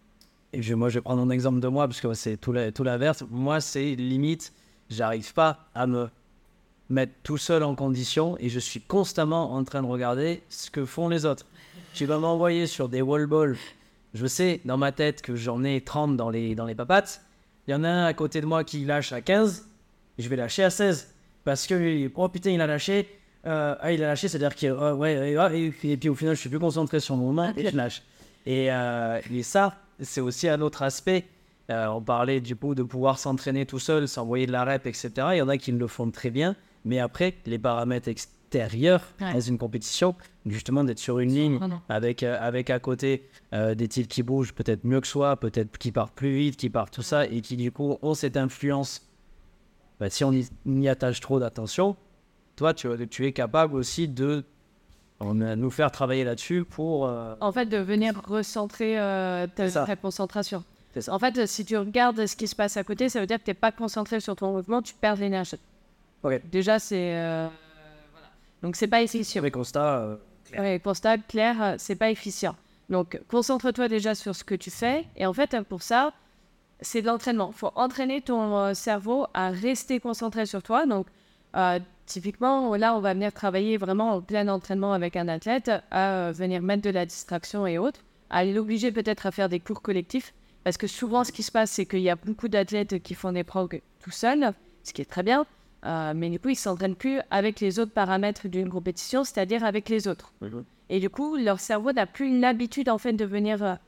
et je, moi, je vais prendre un exemple de moi, parce que c'est tout, la, tout l'inverse. Moi, c'est limite, j'arrive pas à me mettre tout seul en condition, et je suis constamment en train de regarder ce que font les autres. Tu vas m'envoyer sur des wall balls. Je sais dans ma tête que j'en ai trente dans les, dans les papates. Il y en a un à côté de moi qui lâche à quinze. Je vais lâcher à seize. Parce que, oh putain, il a lâché. Euh, ah, il a lâché, c'est-à-dire que, euh, ouais, et, et, et puis au final, je suis plus concentré sur mon main et je lâche. Et, euh, et ça, c'est aussi un autre aspect. Euh, on parlait du coup de pouvoir s'entraîner tout seul, s'envoyer de la rep, et cetera. Il y en a qui le font très bien. Mais après, les paramètres externes, extérieur ouais. dans une compétition, justement d'être sur une ligne avec, euh, avec à côté euh, des types qui bougent peut-être mieux que soi, peut-être qui partent plus vite, qui partent tout ça, et qui du coup ont cette influence. Bah, si on y, y attache trop d'attention, toi tu, tu es capable aussi de on, nous faire travailler là-dessus pour... Euh... En fait, de venir recentrer euh, ta, ta concentration. En fait, si tu regardes ce qui se passe à côté, ça veut dire que tu n'es pas concentré sur ton mouvement, tu perds l'énergie. Okay. Déjà, c'est... Euh... Donc, c'est pas efficient. Les constats euh, clairs. Oui, constat clair, c'est pas efficient. Donc, concentre-toi déjà sur ce que tu fais. Et en fait, pour ça, c'est de l'entraînement. Il faut entraîner ton euh, cerveau à rester concentré sur toi. Donc, euh, typiquement, là, on va venir travailler vraiment en plein entraînement avec un athlète, à euh, venir mettre de la distraction et autres, à l'obliger peut-être à faire des cours collectifs. Parce que souvent, ce qui se passe, c'est qu'il y a beaucoup d'athlètes qui font des progs tout seuls, ce qui est très bien. Euh, mais du coup, ils ne s'entraînent plus avec les autres paramètres d'une compétition, c'est-à-dire avec les autres. Mmh. Et du coup, leur cerveau n'a plus l'habitude en fait, de venir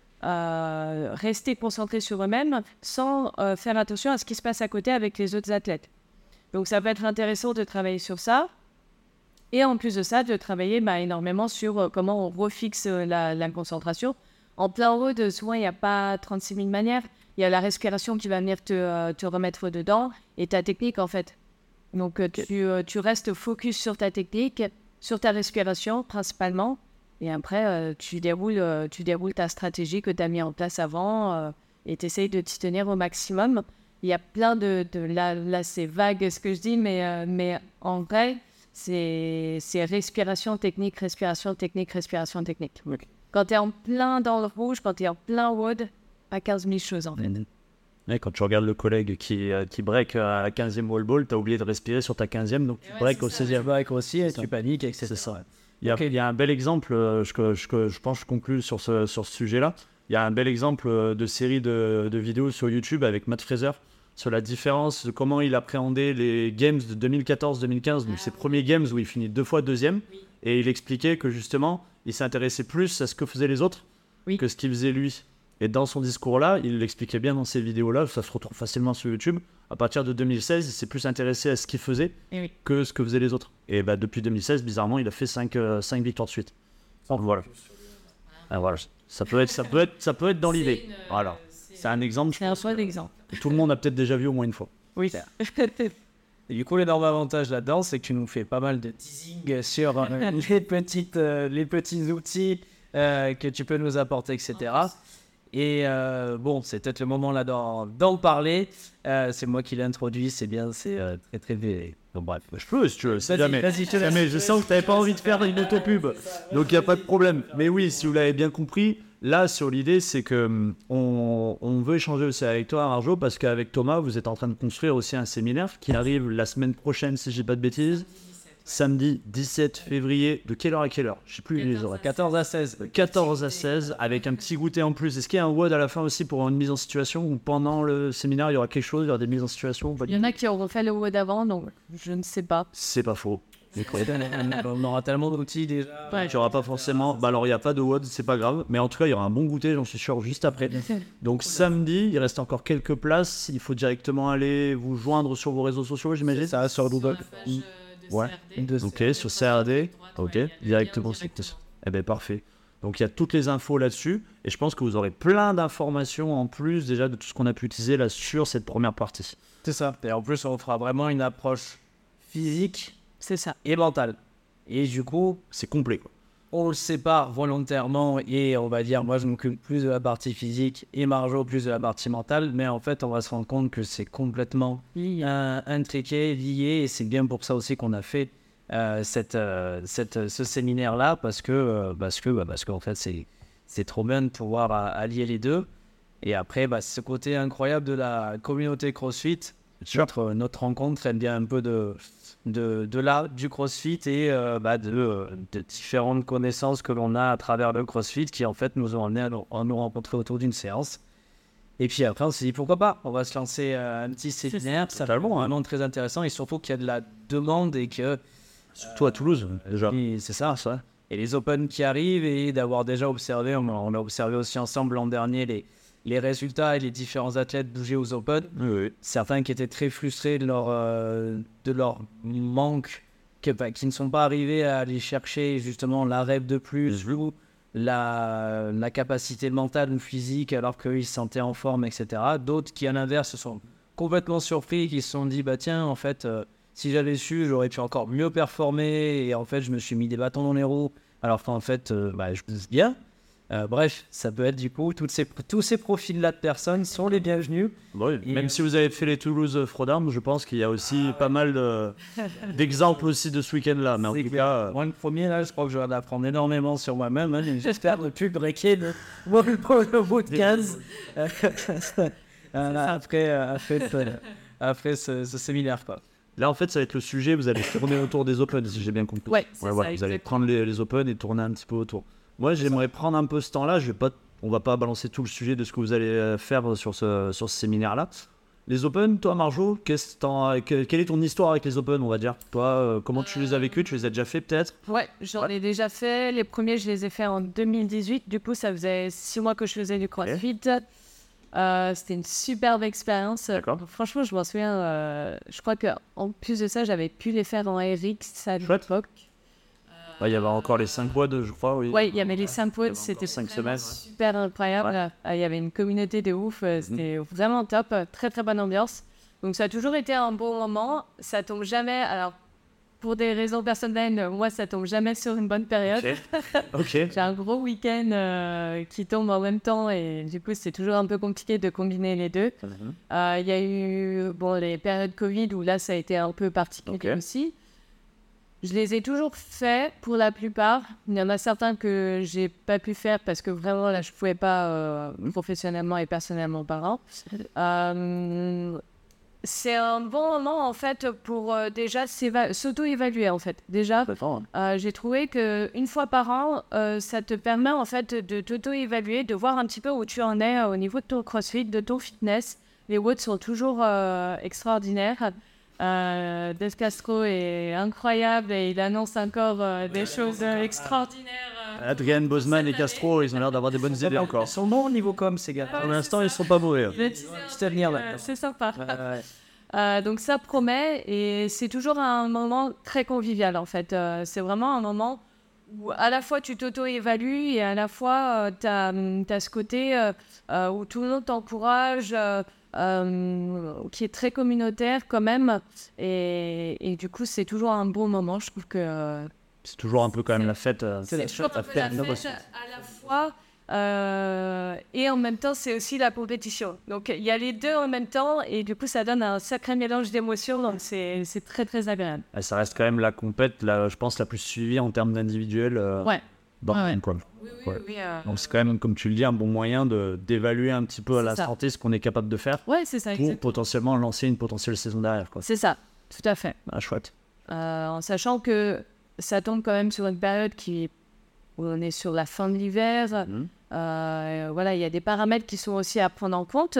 euh, rester concentré sur eux-mêmes sans euh, faire attention à ce qui se passe à côté avec les autres athlètes. Donc, ça peut être intéressant de travailler sur ça. Et en plus de ça, de travailler bah, énormément sur euh, comment on refixe euh, la, la concentration. En plein haut, de souvent, il n'y a pas trente-six mille manières. Il y a la respiration qui va venir te, euh, te remettre dedans et ta technique, en fait. Donc, tu, euh, tu restes focus sur ta technique, sur ta respiration principalement. Et après, euh, tu, déroules, euh, tu déroules ta stratégie que tu as mis en place avant euh, et tu essayes de t'y tenir au maximum. il y a plein de... de là, là, c'est vague ce que je dis, mais, euh, mais en vrai, c'est, c'est respiration technique, respiration technique, respiration technique. Ok. Quand tu es en plein dans le rouge, quand tu es en plein WOD, pas quinze mille choses en fait. Ouais, quand tu regardes le collègue qui, euh, qui break à la quinzième wall ball, tu as oublié de respirer sur ta quinzième, donc tu Ouais, break c'est au ça, seizième. Break aussi, et ça. tu paniques, et cetera. C'est ça. Il y a, Ok. il y a un bel exemple, euh, je, je, je, je pense que je conclue sur ce, sur ce sujet-là. Il y a un bel exemple euh, de série de, de vidéos sur YouTube avec Matt Fraser sur la différence de comment il appréhendait les games de deux mille quatorze deux mille quinze, donc Ah, ses oui. premiers games où il finit deux fois deuxième. Oui. Et il expliquait que justement, il s'intéressait plus à ce que faisaient les autres Oui. que ce qu'il faisait lui. Et dans son discours-là, il l'expliquait bien dans ces vidéos-là, ça se retrouve facilement sur YouTube. À partir de deux mille seize, il s'est plus intéressé à ce qu'il faisait Et oui. que ce que faisaient les autres. Et bah, depuis deux mille seize, bizarrement, il a fait cinq victoires de suite. Voilà. Ah, voilà. Ça peut être, ça peut être, ça peut être dans l'idée. Voilà. C'est un exemple. je C'est un pense point que d'exemple. Tout le monde a peut-être déjà vu au moins une fois. Oui. Et du coup, l'énorme avantage là-dedans, c'est que tu nous fais pas mal de teasing sur euh, les, petites, euh, les petits outils euh, que tu peux nous apporter, et cetera. Et euh, bon, c'est peut-être le moment là d'en, d'en parler. Euh, c'est moi qui l'ai introduit, c'est bien, c'est euh, très très bien. Bon, bref. Je peux, si tu veux. si Vas-y, jamais. vas-y, je te Si laisse. jamais. Je sens que tu n'avais pas envie de faire une auto-pub. Donc, il n'y a pas de problème. Mais oui, si vous l'avez bien compris, là, sur l'idée, c'est que hum, on, on veut échanger aussi avec toi, Marjo, parce qu'avec Thomas, vous êtes en train de construire aussi un séminaire qui arrive la semaine prochaine, si je dis pas de bêtises. Samedi dix-sept février, de quelle heure à quelle heure? Je sais plus les horaires. quatorze à seize. De quatorze à seize, avec un petit goûter en plus. Est-ce qu'il y a un WOD à la fin aussi pour une mise en situation, ou pendant le séminaire, il y aura quelque chose, il y aura des mises en situation? Il y en a qui auront fait le WOD avant, donc je ne sais pas. C'est pas faux. On aura tellement d'outils déjà. Ouais. Il n'y aura pas forcément. Bah alors, il n'y a pas de WOD, c'est pas grave. Mais en tout cas, il y aura un bon goûter, j'en suis sûr, juste après. Donc, samedi, il reste encore quelques places. Il faut directement aller vous joindre sur vos réseaux sociaux, j'imagine. Ça sur Google. Ouais. De- Ok, sur C R D. Ok, directement. sur- Eh ben parfait. Donc, il y a toutes les infos là-dessus. Et je pense que vous aurez plein d'informations en plus déjà de tout ce qu'on a pu utiliser là sur cette première partie. C'est ça. Et en plus, on fera vraiment une approche physique C'est ça. et mentale. Et du coup, C'est complet, quoi. on le sépare volontairement et on va dire, moi je m'occupe plus de la partie physique et Marjo plus de la partie mentale, mais en fait on va se rendre compte que c'est complètement euh, intriqué, lié, et c'est bien pour ça aussi qu'on a fait euh, cette, euh, cette, ce séminaire-là, parce que, euh, parce que, bah, parce qu'en fait c'est, c'est trop bien de pouvoir euh, allier les deux. Et après, bah, ce côté incroyable de la communauté CrossFit, notre, notre rencontre, elle vient un peu de, de, de là, du CrossFit, et euh, bah, de, euh, de différentes connaissances que l'on a à travers le CrossFit qui en fait nous ont amené à nous, à nous rencontrer autour d'une séance. Et puis après, on s'est dit pourquoi pas, on va se lancer euh, un petit séminaire, ça Totalement, hein. vraiment très intéressant, et surtout qu'il y a de la demande et que Surtout à Toulouse, déjà. et c'est ça, ça. Et les Open qui arrivent, et d'avoir déjà observé, on, on a observé aussi ensemble l'an dernier les, les résultats et les différents athlètes bouger aux Open. Oui, oui. Certains qui étaient très frustrés de leur, euh, de leur manque, que, bah, qui ne sont pas arrivés à aller chercher justement la rêve de plus, ou la, la capacité mentale ou physique alors qu'ils se sentaient en forme, et cetera. D'autres qui, à l'inverse, se sont complètement surpris, qui se sont dit, bah tiens, en fait, euh, si j'avais su, j'aurais pu encore mieux performer, et en fait, je me suis mis des bâtons dans les roues, alors qu'en fait, euh, bah, je pousse bien. Euh, bref, ça peut être du coup, toutes ces, tous ces profils-là de personnes sont les bienvenus. Oui, Et- même si vous avez fait les Toulouse Frodam, je pense qu'il y a aussi pas mal de- d'exemples aussi de ce week-end-là. Mais en C'est tout clair. cas, euh, Moi, le premier, là, je crois que je vais en apprendre énormément sur moi-même. Hein, et j'espère ne plus breaker le, le bout de quinze euh, euh, après, euh, après, ce, après ce, ce séminaire. Quoi. là, en fait, ça va être le sujet. Vous allez tourner autour des Open, si j'ai bien compris. Ouais, c'est Ouais, ça. voilà, vous allez exactement. prendre les, les Open et tourner un petit peu autour. Moi, j'aimerais prendre un peu ce temps-là. Je vais pas, on va pas balancer tout le sujet de ce que vous allez euh, faire sur ce, sur ce séminaire-là. Les Open, toi, Marjo, qu'est-ce que t'en- que- quelle est ton histoire avec les Open, on va dire? Toi, euh, comment tu les as vécus? Tu les as déjà fait, peut-être? Ouais, j'en Ouais. ai déjà fait. Les premiers, je les ai fait en deux mille dix-huit. Du coup, ça faisait six mois que je faisais du CrossFit. Euh, c'était une superbe expérience. D'accord. Franchement, je m'en souviens. euh, je crois qu'en plus de ça, j'avais pu les faire en R X à Chouette. l'époque. Ouais, il y avait encore les cinq mois de, je crois, oui. Ouais, il y avait les cinq Il y potes, avait c'était encore cinq vraiment semaines, ouais. super incroyable. Euh, Il y avait une communauté de ouf, euh, c'était vraiment top, euh, très très bonne ambiance. Donc ça a toujours été un bon moment. Ça tombe jamais. Alors pour des raisons personnelles, moi, ça tombe jamais sur une bonne période. Ok. Ok. J'ai un gros week-end euh, qui tombe en même temps et du coup, c'est toujours un peu compliqué de combiner les deux. Il Mhm. euh, y a eu bon, les périodes Covid où là, ça a été un peu particulier Ok. aussi. Je les ai toujours faits pour la plupart. Il y en a certains que j'ai pas pu faire parce que vraiment là je pouvais pas euh, professionnellement et personnellement parlant. Euh, c'est un bon moment en fait pour euh, déjà s'éva- s'auto-évaluer en fait. Déjà, euh, j'ai trouvé que une fois par an, euh, ça te permet en fait de t'auto-évaluer, de voir un petit peu où tu en es euh, au niveau de ton CrossFit, de ton fitness. Les watts sont toujours euh, extraordinaires. Euh, Dave Castro est incroyable et il annonce encore euh, des choses euh, extraordinaires. euh, Adrien Bosman et cette Castro, ils ont l'air d'avoir des bonnes idées encore. Ils sont bons au niveau com, ces gars. Ouais, Pour l'instant, ils sont pas mauvais. hein. année. Le teaser, Petit avenir, là. euh, C'est sympa. Ouais, ouais. Euh, donc ça promet et c'est toujours un moment très convivial en fait. Euh, c'est vraiment un moment où à la fois tu t'auto-évalues et à la fois tu as ce côté euh, euh, où tout le monde t'encourage, euh, euh, qui est très communautaire quand même. Et, et du coup, c'est toujours un bon moment. Je trouve que euh, C'est toujours un peu quand même la fête. euh, C'est la c'est toujours un peu la fête, fête à la fois. euh, et en même temps, c'est aussi la compétition. Donc, il y a les deux en même temps. Et du coup, ça donne un sacré mélange d'émotions. Donc, c'est c'est très, très agréable. Ah, ça reste quand même la compète, la, je pense, la plus suivie en termes d'individuel. euh, Ouais. dans Ouais, le ouais. monde, quoi. Oui, oui, Ouais. oui. euh, Donc c'est quand même, comme tu le dis, un bon moyen de, d'évaluer un petit peu à C'est la ça. santé ce qu'on est capable de faire Ouais, c'est ça. pour exactement. potentiellement lancer une potentielle saison derrière. Quoi. C'est ça. Tout à fait. Ah, chouette. Euh, en sachant que ça tombe quand même sur une période qui, où on est sur la fin de l'hiver. Mhm. Euh, voilà, il y a des paramètres qui sont aussi à prendre en compte.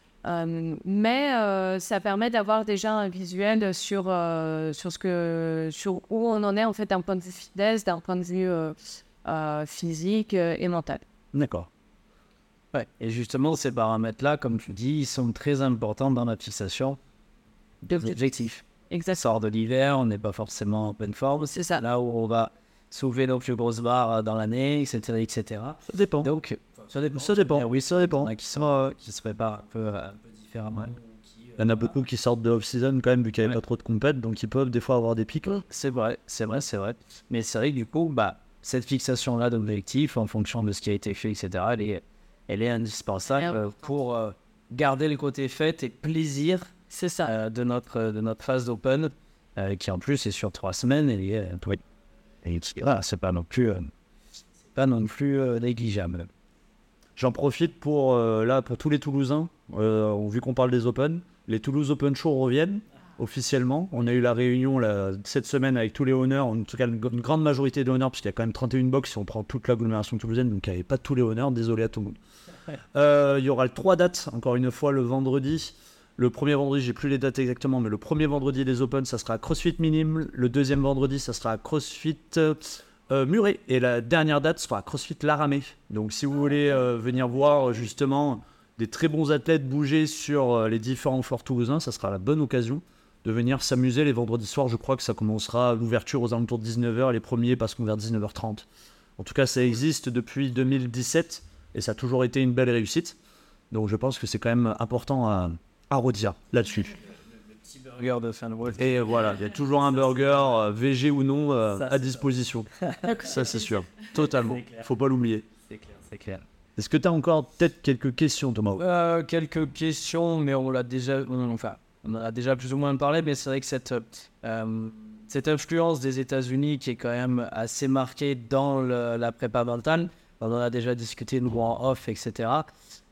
Euh, mais euh, ça permet d'avoir déjà un visuel sur, euh, sur, ce que, sur où on en est en fait d'un point de vue fitness, d'un point de vue euh, euh, physique euh, et mental. D'accord. Ouais. Et justement, ces paramètres-là, comme tu dis, ils sont très importants dans la fixation des objectifs. Ça Exactement. sort de l'hiver, on n'est pas forcément en pleine forme. C'est ça. Là où on va soulever nos plus grosses barres dans l'année, et cetera, et cetera. Ça dépend. Donc, ça dépend. Ça dépend. Eh oui, Ça dépend. il y en a qui, sont, euh, qui se préparent un peu, un peu différemment. Ouais. qui, euh, Il y en a beaucoup qui sortent de off-season quand même, vu qu'il n'y avait Ouais. pas trop de compètes, donc ils peuvent des fois avoir des pics. C'est vrai, c'est vrai, c'est vrai. Mais c'est vrai que du coup, bah, cette fixation-là d'objectifs, en fonction de ce qui a été fait, et cetera, elle est, elle est indispensable Elle est euh, pour euh, garder le côté fête et plaisir C'est ça. euh, de, notre, de notre phase d'open, euh, qui en plus est sur trois semaines. Et, euh, oui. et voilà, c'est pas non plus, euh, c'est pas non plus euh, négligeable. J'en profite pour, euh, là, pour tous les Toulousains, euh, vu qu'on parle des Open, les Toulouse Open Show reviennent officiellement. On a eu la réunion là, cette semaine avec tous les honneurs, en tout cas une, une grande majorité de honneurs, puisqu'il y a quand même trente et une box si on prend toute l'agglomération toulousaine, donc il n'y avait pas tous les honneurs, désolé à tout le monde. Ouais. Euh, il y aura trois dates, encore une fois, le vendredi. Le premier vendredi, j'ai plus les dates exactement, mais le premier vendredi des Open, ça sera à CrossFit Minime. Le deuxième vendredi, ça sera à CrossFit euh, euh, Muret. Et la dernière date sera à CrossFit Laramé. Donc si vous voulez euh, venir voir justement des très bons athlètes bouger sur euh, les différents forts toulousains, ça sera la bonne occasion de venir s'amuser les vendredis soirs. Je crois que ça commencera à l'ouverture aux alentours de dix-neuf heures. Les premiers passeront vers dix-neuf heures trente. En tout cas, ça existe depuis deux mille dix-sept et ça a toujours été une belle réussite. Donc je pense que c'est quand même important à, à redire là-dessus. Petit burger de fin de mois. Et voilà, il y a toujours un burger, euh, végé ou non, euh, Ça, à c'est disposition. Ça, c'est sûr. Totalement. C'est clair. Faut pas l'oublier. C'est clair, c'est clair. Est-ce que tu as encore peut-être quelques questions, Thomas? Euh, quelques questions, mais on l'a déjà, on- enfin, on en a déjà plus ou moins parlé, mais c'est vrai que cette, euh, cette influence des États-Unis qui est quand même assez marquée dans le- la prépa mentale, on en a déjà discuté nous en off, et cetera.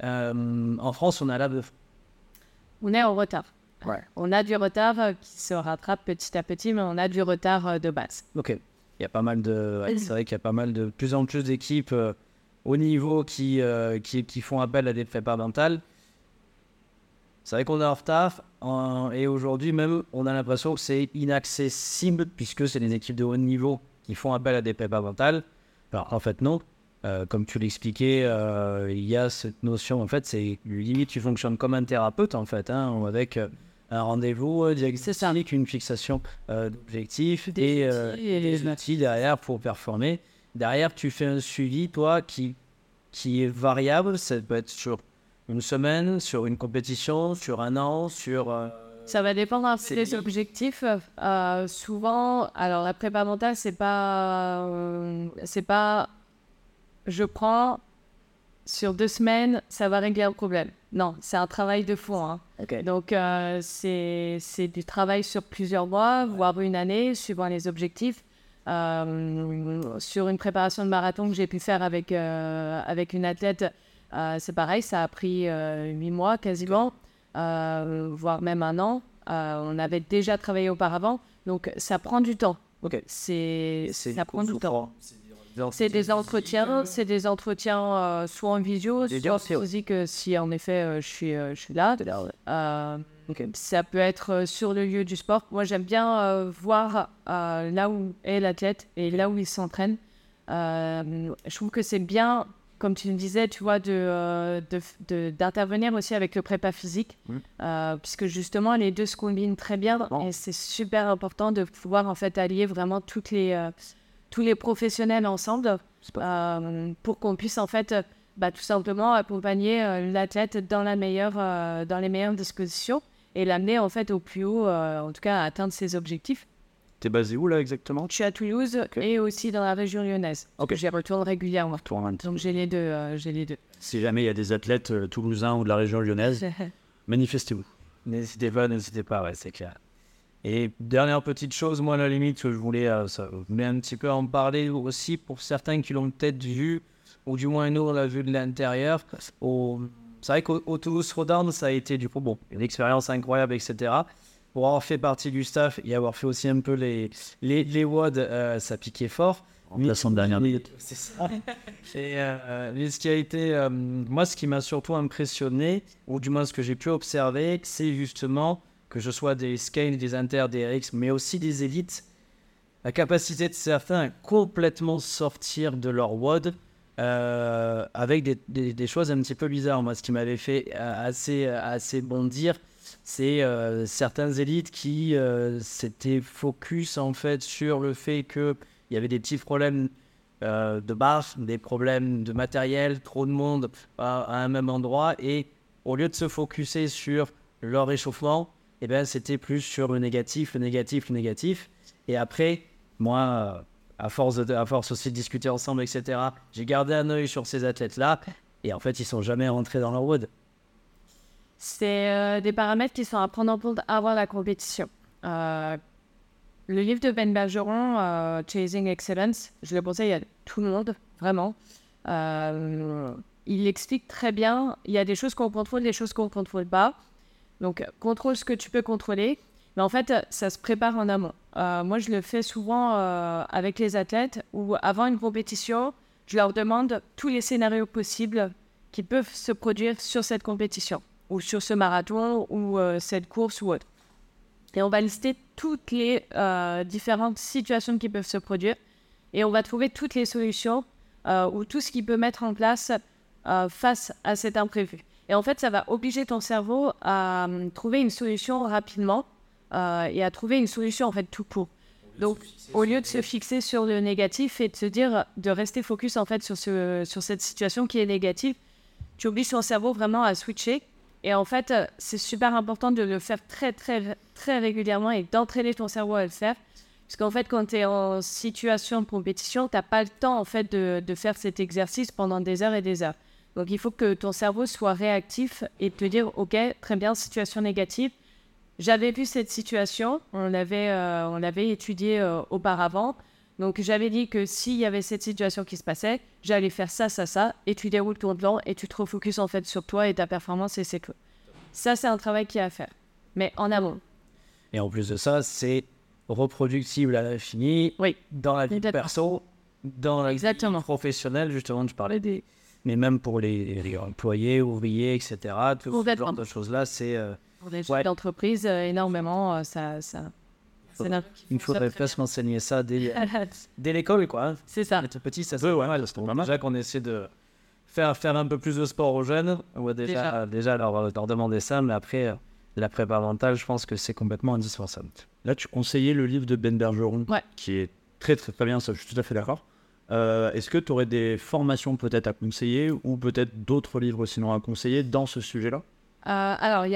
Euh, en France, on a là, On est en retard. ouais. On a du retard euh, qui se rattrape petit à petit, mais on a du retard euh, de base. Ok. Il y a pas mal de, ouais, c'est vrai qu'il y a pas mal de, plus en plus d'équipes euh, au niveau qui, euh, qui, qui font appel à des prépas mentales. C'est vrai qu'on est en retard en- et aujourd'hui même, on a l'impression que c'est inaccessible puisque c'est des équipes de haut niveau qui font appel à des prépas mentales. Alors en fait non. Euh, comme tu l'expliquais, euh, il y a cette notion, en fait, c'est limite tu fonctionnes comme un thérapeute en fait, hein, avec euh, un rendez-vous euh, diagnostic, une fixation euh, d'objectifs et euh, outils et des les- outils derrière pour performer. Derrière, tu fais un suivi, toi, qui, qui est variable. Ça peut être sur une semaine, sur une compétition, sur un an, sur euh, Ça va dépendre un peu c'est des lié. objectifs. Euh, souvent, alors la prépa mentale, c'est pas, euh, c'est pas, je prends sur deux semaines, ça va régler un problème. Non, c'est un travail de fond. Hein. Ok. Donc euh, c'est, c'est du travail sur plusieurs mois, voire une année, suivant les objectifs. Euh, sur une préparation de marathon que j'ai pu faire avec euh, avec une athlète, euh, c'est pareil, ça a pris euh, huit mois quasiment. Euh, voire même un an. Euh, on avait déjà travaillé auparavant, donc ça prend du temps. Ok. C'est, C'est ça prend du temps. C'est des entretiens, c'est des entretiens euh, soit en visio, Des soit gens, c'est- physique euh, si en effet euh, je suis, euh, je suis là. Euh, Ok. Ça peut être euh, sur le lieu du sport. Moi, j'aime bien euh, voir euh, là où est l'athlète et là où il s'entraîne. Euh, je trouve que c'est bien, comme tu me disais, tu vois, de, euh, de, de- d'intervenir aussi avec le prépa physique, Mm. euh, puisque justement, les deux se combinent très bien Bon. et c'est super important de pouvoir en fait allier vraiment toutes les, euh, tous les professionnels ensemble C'est pas- euh, pour qu'on puisse en fait, euh, bah, tout simplement accompagner euh, l'athlète dans la meilleure, euh, dans les meilleures dispositions et l'amener en fait au plus haut, euh, en tout cas à atteindre ses objectifs. T'es basé où là exactement? Je suis à Toulouse et aussi dans la région lyonnaise. Parce que j'y retourne régulièrement. Tourmente. Donc j'ai les deux, euh, j'ai les deux. Si jamais il y a des athlètes euh, toulousains ou de la région lyonnaise, manifestez-vous. N'hésitez pas, n'hésitez pas, ouais, c'est clair. Et dernière petite chose, moi, à la limite, que je voulais, euh, ça, je voulais un petit peu en parler aussi pour certains qui l'ont peut-être vu, ou du moins nous, on l'a vu de l'intérieur. Au... C'est vrai qu'au au Toulouse Throwdown, ça a été du coup, bon, une expérience incroyable, et cetera. Pour avoir fait partie du staff et avoir fait aussi un peu les, les, les W O D, euh, ça piquait fort. En plaçant de dernière minute. C'est ça. Et euh, mais ce qui a été, euh, moi, ce qui m'a surtout impressionné, ou du moins ce que j'ai pu observer, c'est justement que ce soit des scales, des inter, des R X, mais aussi des élites, la capacité de certains à complètement sortir de leur W O D euh, avec des, des, des choses un petit peu bizarres. Moi, ce qui m'avait fait euh, assez, assez bondir, c'est euh, certains élites qui euh, s'étaient focus en fait sur le fait que il y avait des petits problèmes euh, de barre, des problèmes de matériel, trop de monde à, à un même endroit, et au lieu de se focuser sur leur réchauffement, eh ben, c'était plus sur le négatif, le négatif, le négatif. Et après, moi, euh, à force, de, à force aussi de discuter ensemble, et cetera, j'ai gardé un œil sur ces athlètes-là, et en fait, ils sont jamais rentrés dans leur W O D. C'est euh, des paramètres qui sont à prendre en compte avant la compétition. Euh, le livre de Ben Bergeron, euh, Chasing Excellence, je le conseille à tout le monde, vraiment. Euh, il explique très bien, il y a des choses qu'on contrôle, des choses qu'on ne contrôle pas. Donc, contrôle ce que tu peux contrôler. Mais en fait, ça se prépare en amont. Euh, moi, je le fais souvent euh, avec les athlètes où, avant une compétition, je leur demande tous les scénarios possibles qui peuvent se produire sur cette compétition, ou sur ce marathon, ou euh, cette course, ou autre. Et on va lister toutes les euh, différentes situations qui peuvent se produire. Et on va trouver toutes les solutions euh, ou tout ce qui peut mettre en place euh, face à cet imprévu. Et en fait, ça va obliger ton cerveau à euh, trouver une solution rapidement euh, et à trouver une solution en fait tout court. Donc, au lieu de se fixer sur le négatif et de se dire, de rester focus en fait sur, ce, sur cette situation qui est négative, tu obliges ton cerveau vraiment à switcher. Et en fait, c'est super important de le faire très, très, très régulièrement et d'entraîner ton cerveau à le faire. Parce qu'en fait, quand tu es en situation de compétition, tu n'as pas le temps en fait, de, de faire cet exercice pendant des heures et des heures. Donc, il faut que ton cerveau soit réactif et te dire, OK, très bien, situation négative. J'avais vu cette situation, on l'avait, euh, on l'avait étudiée euh, auparavant. Donc, j'avais dit que s'il y avait cette situation qui se passait, j'allais faire ça, ça, ça, et tu déroules ton plan et tu te refocuses en fait sur toi et ta performance et c'est tout. Ça, c'est un travail qu'il y a à faire, mais en amont. Et en plus de ça, c'est reproductible à l'infini, Oui. dans la vie Complètement. perso, dans la Exactement. vie professionnelle, justement, je parlais des... Mais même pour les, les employés, ouvriers, et cetera, tout ce Complètement. genre de choses-là, c'est... euh, Pour les Ouais. chefs d'entreprise, euh, énormément, euh, ça... ça... c'est un- il ne faudrait pas se m'enseigner ça dès, dès l'école, quoi. Hein. C'est ça. Être petit, ça c'est ouais, c'est pas mal. Déjà qu'on essaie de faire, faire un peu plus de sport aux jeunes, on va déjà, Déjà. euh, déjà leur, leur demander ça, mais après, euh, la prépa mentale, je pense que c'est complètement indispensable. Là, tu conseillais le livre de Ben Bergeron, Ouais. qui est très très très bien, ça, je suis tout à fait d'accord. Euh, Est-ce que tu aurais des formations peut-être à conseiller ou peut-être d'autres livres sinon à conseiller dans ce sujet-là? Euh, alors, il y a un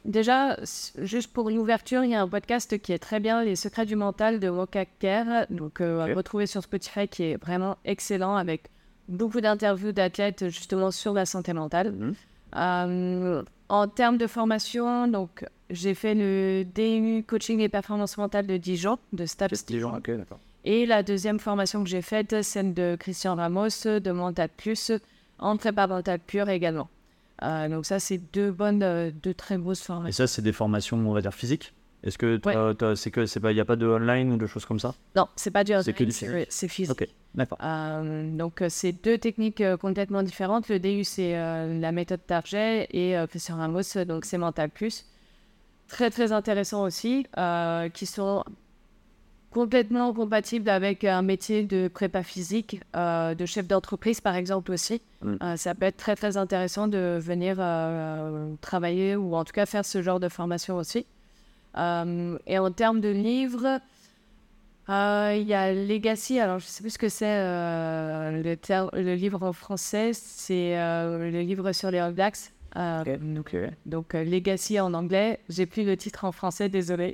déjà, s- juste pour l'ouverture, il y a un podcast qui est très bien, Les Secrets du Mental de Moka Care, donc euh, Ok. à retrouver sur Spotify, qui est vraiment excellent, avec beaucoup d'interviews d'athlètes justement sur la santé mentale. Mhm. Euh, en termes de formation, donc j'ai fait le D U Coaching et Performance Mentale de Dijon, de STAPS Dijon. Ok, d'accord. Et la deuxième formation que j'ai faite, celle de Christian Ramos, de Mental Plus, en prépa mentale pure également. Euh, donc ça, c'est deux bonnes, euh, deux très grosses Et formations. ça, c'est des formations, on va dire, physiques. Est-ce que Ouais. t'as- t'as- c'est que c'est pas, il n'y a pas de online ou de choses comme ça? Non, c'est pas du C'est que du c'est physique. c'est physique. Ok, d'accord. Euh, donc, euh, c'est deux techniques euh, complètement différentes. Le D U, c'est euh, la méthode Target et euh, Christian Ramos, euh, donc c'est Mental Plus. Très, très intéressant aussi, euh, qui sont complètement compatibles avec un métier de prépa physique, euh, de chef d'entreprise par exemple aussi. Mm. Euh, ça peut être très, très intéressant de venir euh, travailler ou en tout cas faire ce genre de formation aussi. Euh, et en termes de livres, euh, il y a Legacy, alors je ne sais plus ce que c'est euh, le, ter- le livre en français, c'est euh, le livre sur les All Blacks. Euh, donc, donc euh, Legacy en anglais, j'ai plus le titre en français, désolé.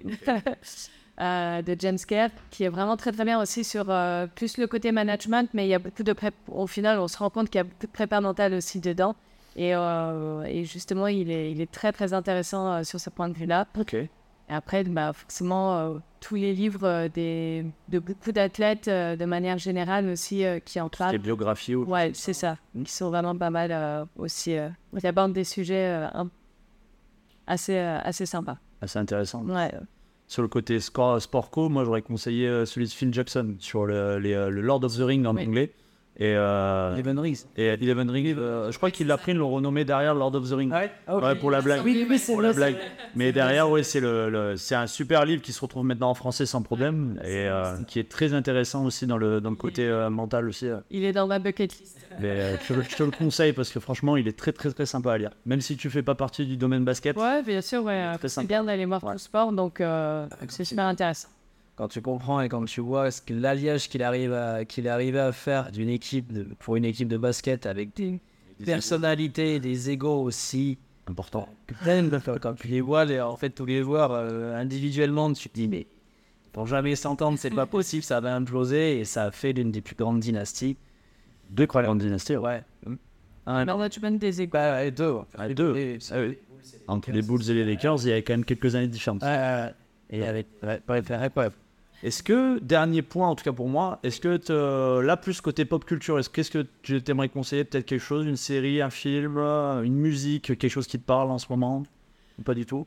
Euh, de James Kerr, qui est vraiment très très bien aussi sur euh, plus le côté management, mais il y a beaucoup de prép. Au final, on se rend compte qu'il y a beaucoup de prépa mentale aussi dedans. Et, euh, et justement, il est, il est très très intéressant euh, sur ce point de vue-là. Ok. Et après, bah, forcément, euh, tous les livres euh, des, de beaucoup d'athlètes, euh, de manière générale aussi, euh, qui en Les parlent. biographies ou... Ouais, c'est ça. Qui sont vraiment pas mal euh, aussi. Euh, qui abordent des sujets euh, un- assez, euh, assez sympas. assez intéressant. Ouais. Sur le côté score, sport co, moi j'aurais conseillé euh, celui de Phil Jackson sur le, les, euh, le Lord of the Ring en Oui. anglais. Et, euh, Eleven Rings. et Eleven Ring, euh, je crois qu'il l'a pris, ils l'ont renommé derrière Lord of the Ring. Ah ouais, ah, ok. Ouais, pour la blague. Oui, oui, c'est Pour la vrai, c'est blague. vrai. Mais derrière, ouais, c'est le, le- c'est un super livre qui se retrouve maintenant en français sans problème et euh, qui est très intéressant aussi dans le, dans le côté euh, mental aussi. euh. Il est dans ma bucket list. Mais euh, je, te le- je te le conseille parce que franchement, il est très très très sympa à lire. Même si tu fais pas partie du domaine basket. Ouais, bien sûr, ouais. Très C'est sympa. bien d'aller voir tout le sport, donc euh, c'est super intéressant. Quand tu comprends et quand tu vois ce que l'alliage qu'il arrive à qu'il est arrivé à faire d'une équipe de, pour une équipe de basket avec des personnalités, des égos aussi Important. pleines, quand quand tu les vois, les- en fait tous les joueurs euh, individuellement, tu te dis mais pour jamais s'entendre, c'est pas possible, ça va imploser et ça a fait l'une des plus grandes dynasties. Deux grandes dynasties. Ouais. Un, Management des égos. bah, ouais, deux. ouais. Ah, deux. Et- Ah oui. Entre les Bulls et les Lakers, il y a quand même quelques années de différence. Ouais, ouais, ouais. Et avec ouais, bref, bref, bref. Est-ce que, dernier point en tout cas pour moi, est-ce que te- là plus côté pop culture, est-ce qu'est-ce que tu t'aimerais conseiller peut-être quelque chose, une série, un film, euh, une musique, quelque chose qui te parle en ce moment? Ou pas du tout?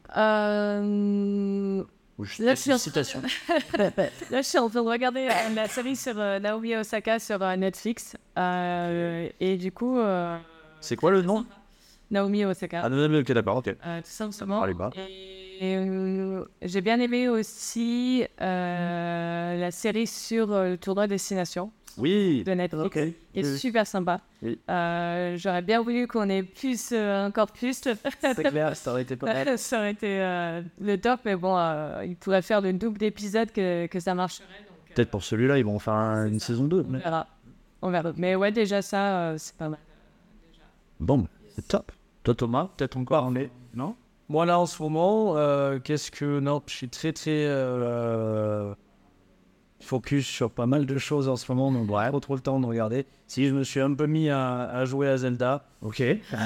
Euh... Ou juste Là, une je suis en- citation. Là, je suis en train de regarder euh, la série sur euh, Naomi Osaka sur euh, Netflix. Euh, et du coup, euh, C'est quoi le nom? Naomi Osaka. Ah non, non, ok, d'accord, ok. Euh, tout simplement. Allez, bah. Et euh, j'ai bien aimé aussi euh, la série sur euh, le tournoi Destination Oui. de Netflix. Ok. Qui est Oui. super sympa. Oui. Euh, j'aurais bien voulu qu'on ait plus, euh, encore plus. C'est clair, ça aurait été pas mal. Ça aurait été euh, le top, mais bon, euh, il pourrait faire le double d'épisodes que, que ça marcherait. Donc, euh, Peut-être pour celui-là, ils vont faire un- une saison deux. on verra. On verra. Mais ouais, déjà ça, euh, c'est pas mal. Bon, c'est top. Toi Thomas, peut-être encore en est, non? Moi là en ce moment, euh, qu'est-ce que non, je suis très très euh, focus sur pas mal de choses en ce moment, donc ouais, pas trop le temps de regarder. Si je me suis un peu mis à, à jouer à Zelda, Ok.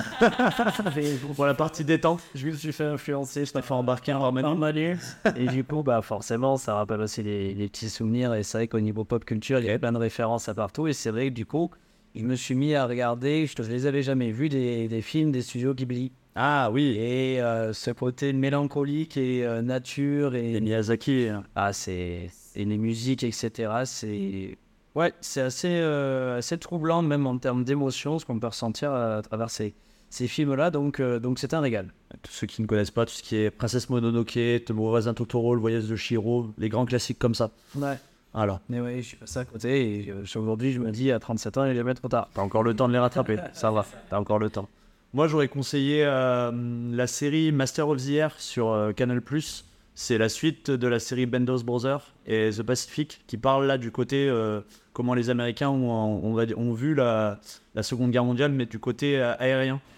Pour la partie détente, je me suis fait influencer, je t'ai fait embarquer un par Manu. Manu. Et du coup, bah forcément, ça rappelle aussi des, des petits souvenirs. Et c'est vrai qu'au niveau pop culture, il y avait plein de références à partout. Et c'est vrai que du coup, je me suis mis à regarder, je ne les avais jamais vus, des, des films des studios Ghibli. Ah oui. Et euh, ce côté mélancolique et euh, nature et Et Miyazaki. hein. ah c'est et les musiques etc. C'est ouais, c'est assez euh, assez troublant même en termes d'émotion ce qu'on peut ressentir à, travers ces ces films là. Donc euh, donc c'est un régal. Tous ceux qui ne connaissent pas, tout ce qui est Princesse Mononoke, Mon voisin Totoro, Le voyage de Chihiro, les grands classiques comme ça. Ouais. Alors, Mais ouais, je suis passé à côté et euh, aujourd'hui je me dis à trente-sept ans il est jamais trop tard. t'as encore le temps de les rattraper. Ça va, t'as encore le temps. Moi, j'aurais conseillé euh, la série Master of the Air sur euh, Canal+. C'est la suite de la série Band of Brothers et The Pacific qui parle là du côté euh, comment les Américains ont, on va dire, ont vu la, la Seconde Guerre mondiale, mais du côté euh, aérien.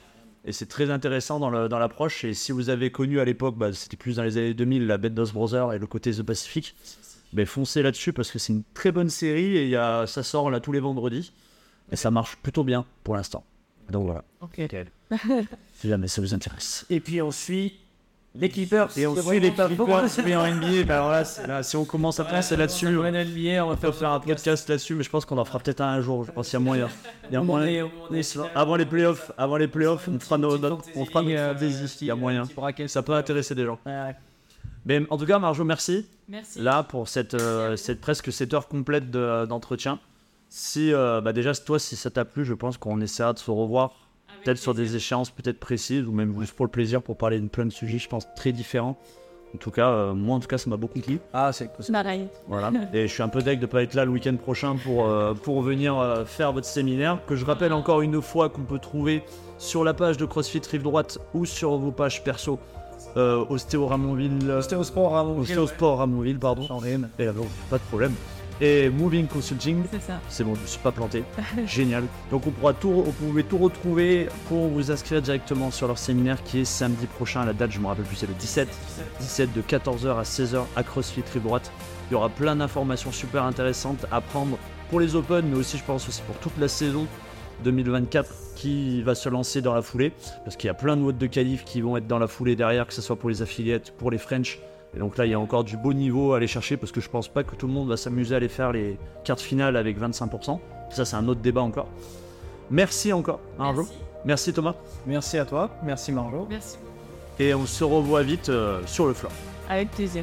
Et c'est très intéressant dans, le, dans l'approche. Et si vous avez connu à l'époque, bah, c'était plus dans les années deux mille, la Band of Brothers et le côté The Pacific, bah, foncez là-dessus parce que c'est une très bonne série et y a, ça sort là tous les vendredis. Et ça marche plutôt bien pour l'instant. Donc voilà. Ok. Si jamais ça vous intéresse. Et puis on suit les Clippers. Et on suit les Clippers en N B A. Bah alors là, c'est là, si on commence à penser ouais, là-dessus, on, N B A, on va faire, faire un podcast là-dessus, mais je pense qu'on en fera peut-être un, un jour. Je pense qu'il y a moyen. Il y a moyen. Avant les playoffs, avant les playoffs, on fera nos notes. On fera notre fantasy. Il y a moyen. Ça peut intéresser des gens. Mais en tout cas, Marjo, merci. Merci. Là pour cette, euh, cette presque cette heure complète de, d'entretien. Si euh, bah déjà toi, si ça t'a plu, je pense qu'on essaiera de se revoir. Peut-être sur des échéances peut-être précises ou même juste pour le plaisir pour parler de plein de sujets, je pense, très différents. En tout cas, euh, moi en tout cas, ça m'a beaucoup plu. Ah, c'est cool. Pareil. Voilà. Et je suis un peu deg de ne pas être là le week-end prochain pour, euh, pour venir euh, faire votre séminaire, que je rappelle encore une fois qu'on peut trouver sur la page de CrossFit Rive Droite ou sur vos pages perso. Euh, Ostéo Ramonville. Ostéosport Ramonville. Ostéosport Ramonville, pardon. Et alors, pas de problème. Et Moving Consulting, c'est ça. C'est bon, je ne suis pas planté. Génial. Donc on pourra tout, vous pouvez tout retrouver pour vous inscrire directement sur leur séminaire qui est samedi prochain. La date, je me rappelle plus, c'est le dix-sept. dix-sept de quatorze heures à seize heures à CrossFit Rive Droite. Il y aura plein d'informations super intéressantes à prendre pour les Open, mais aussi je pense aussi pour toute la saison deux mille vingt-quatre qui va se lancer dans la foulée. Parce qu'il y a plein de modes de qualif qui vont être dans la foulée derrière, que ce soit pour les affiliates, pour les French. Et donc là, il y a encore du beau niveau à aller chercher parce que je pense pas que tout le monde va s'amuser à aller faire les quarts finales avec vingt-cinq pour cent. Ça, c'est un autre débat encore. Merci encore, Marjo. Merci. Merci Thomas. Merci à toi. Merci Marjo. Merci. Et on se revoit vite euh, sur le floor. Avec plaisir.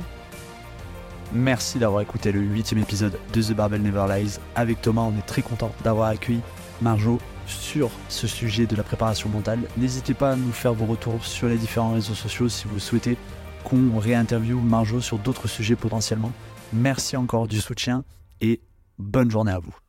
Merci d'avoir écouté le huitième épisode de The Barbell Never Lies. Avec Thomas, on est très content d'avoir accueilli Marjo sur ce sujet de la préparation mentale. N'hésitez pas à nous faire vos retours sur les différents réseaux sociaux si vous souhaitez qu'on réinterviewe Marjo sur d'autres sujets potentiellement. Merci encore du soutien et bonne journée à vous.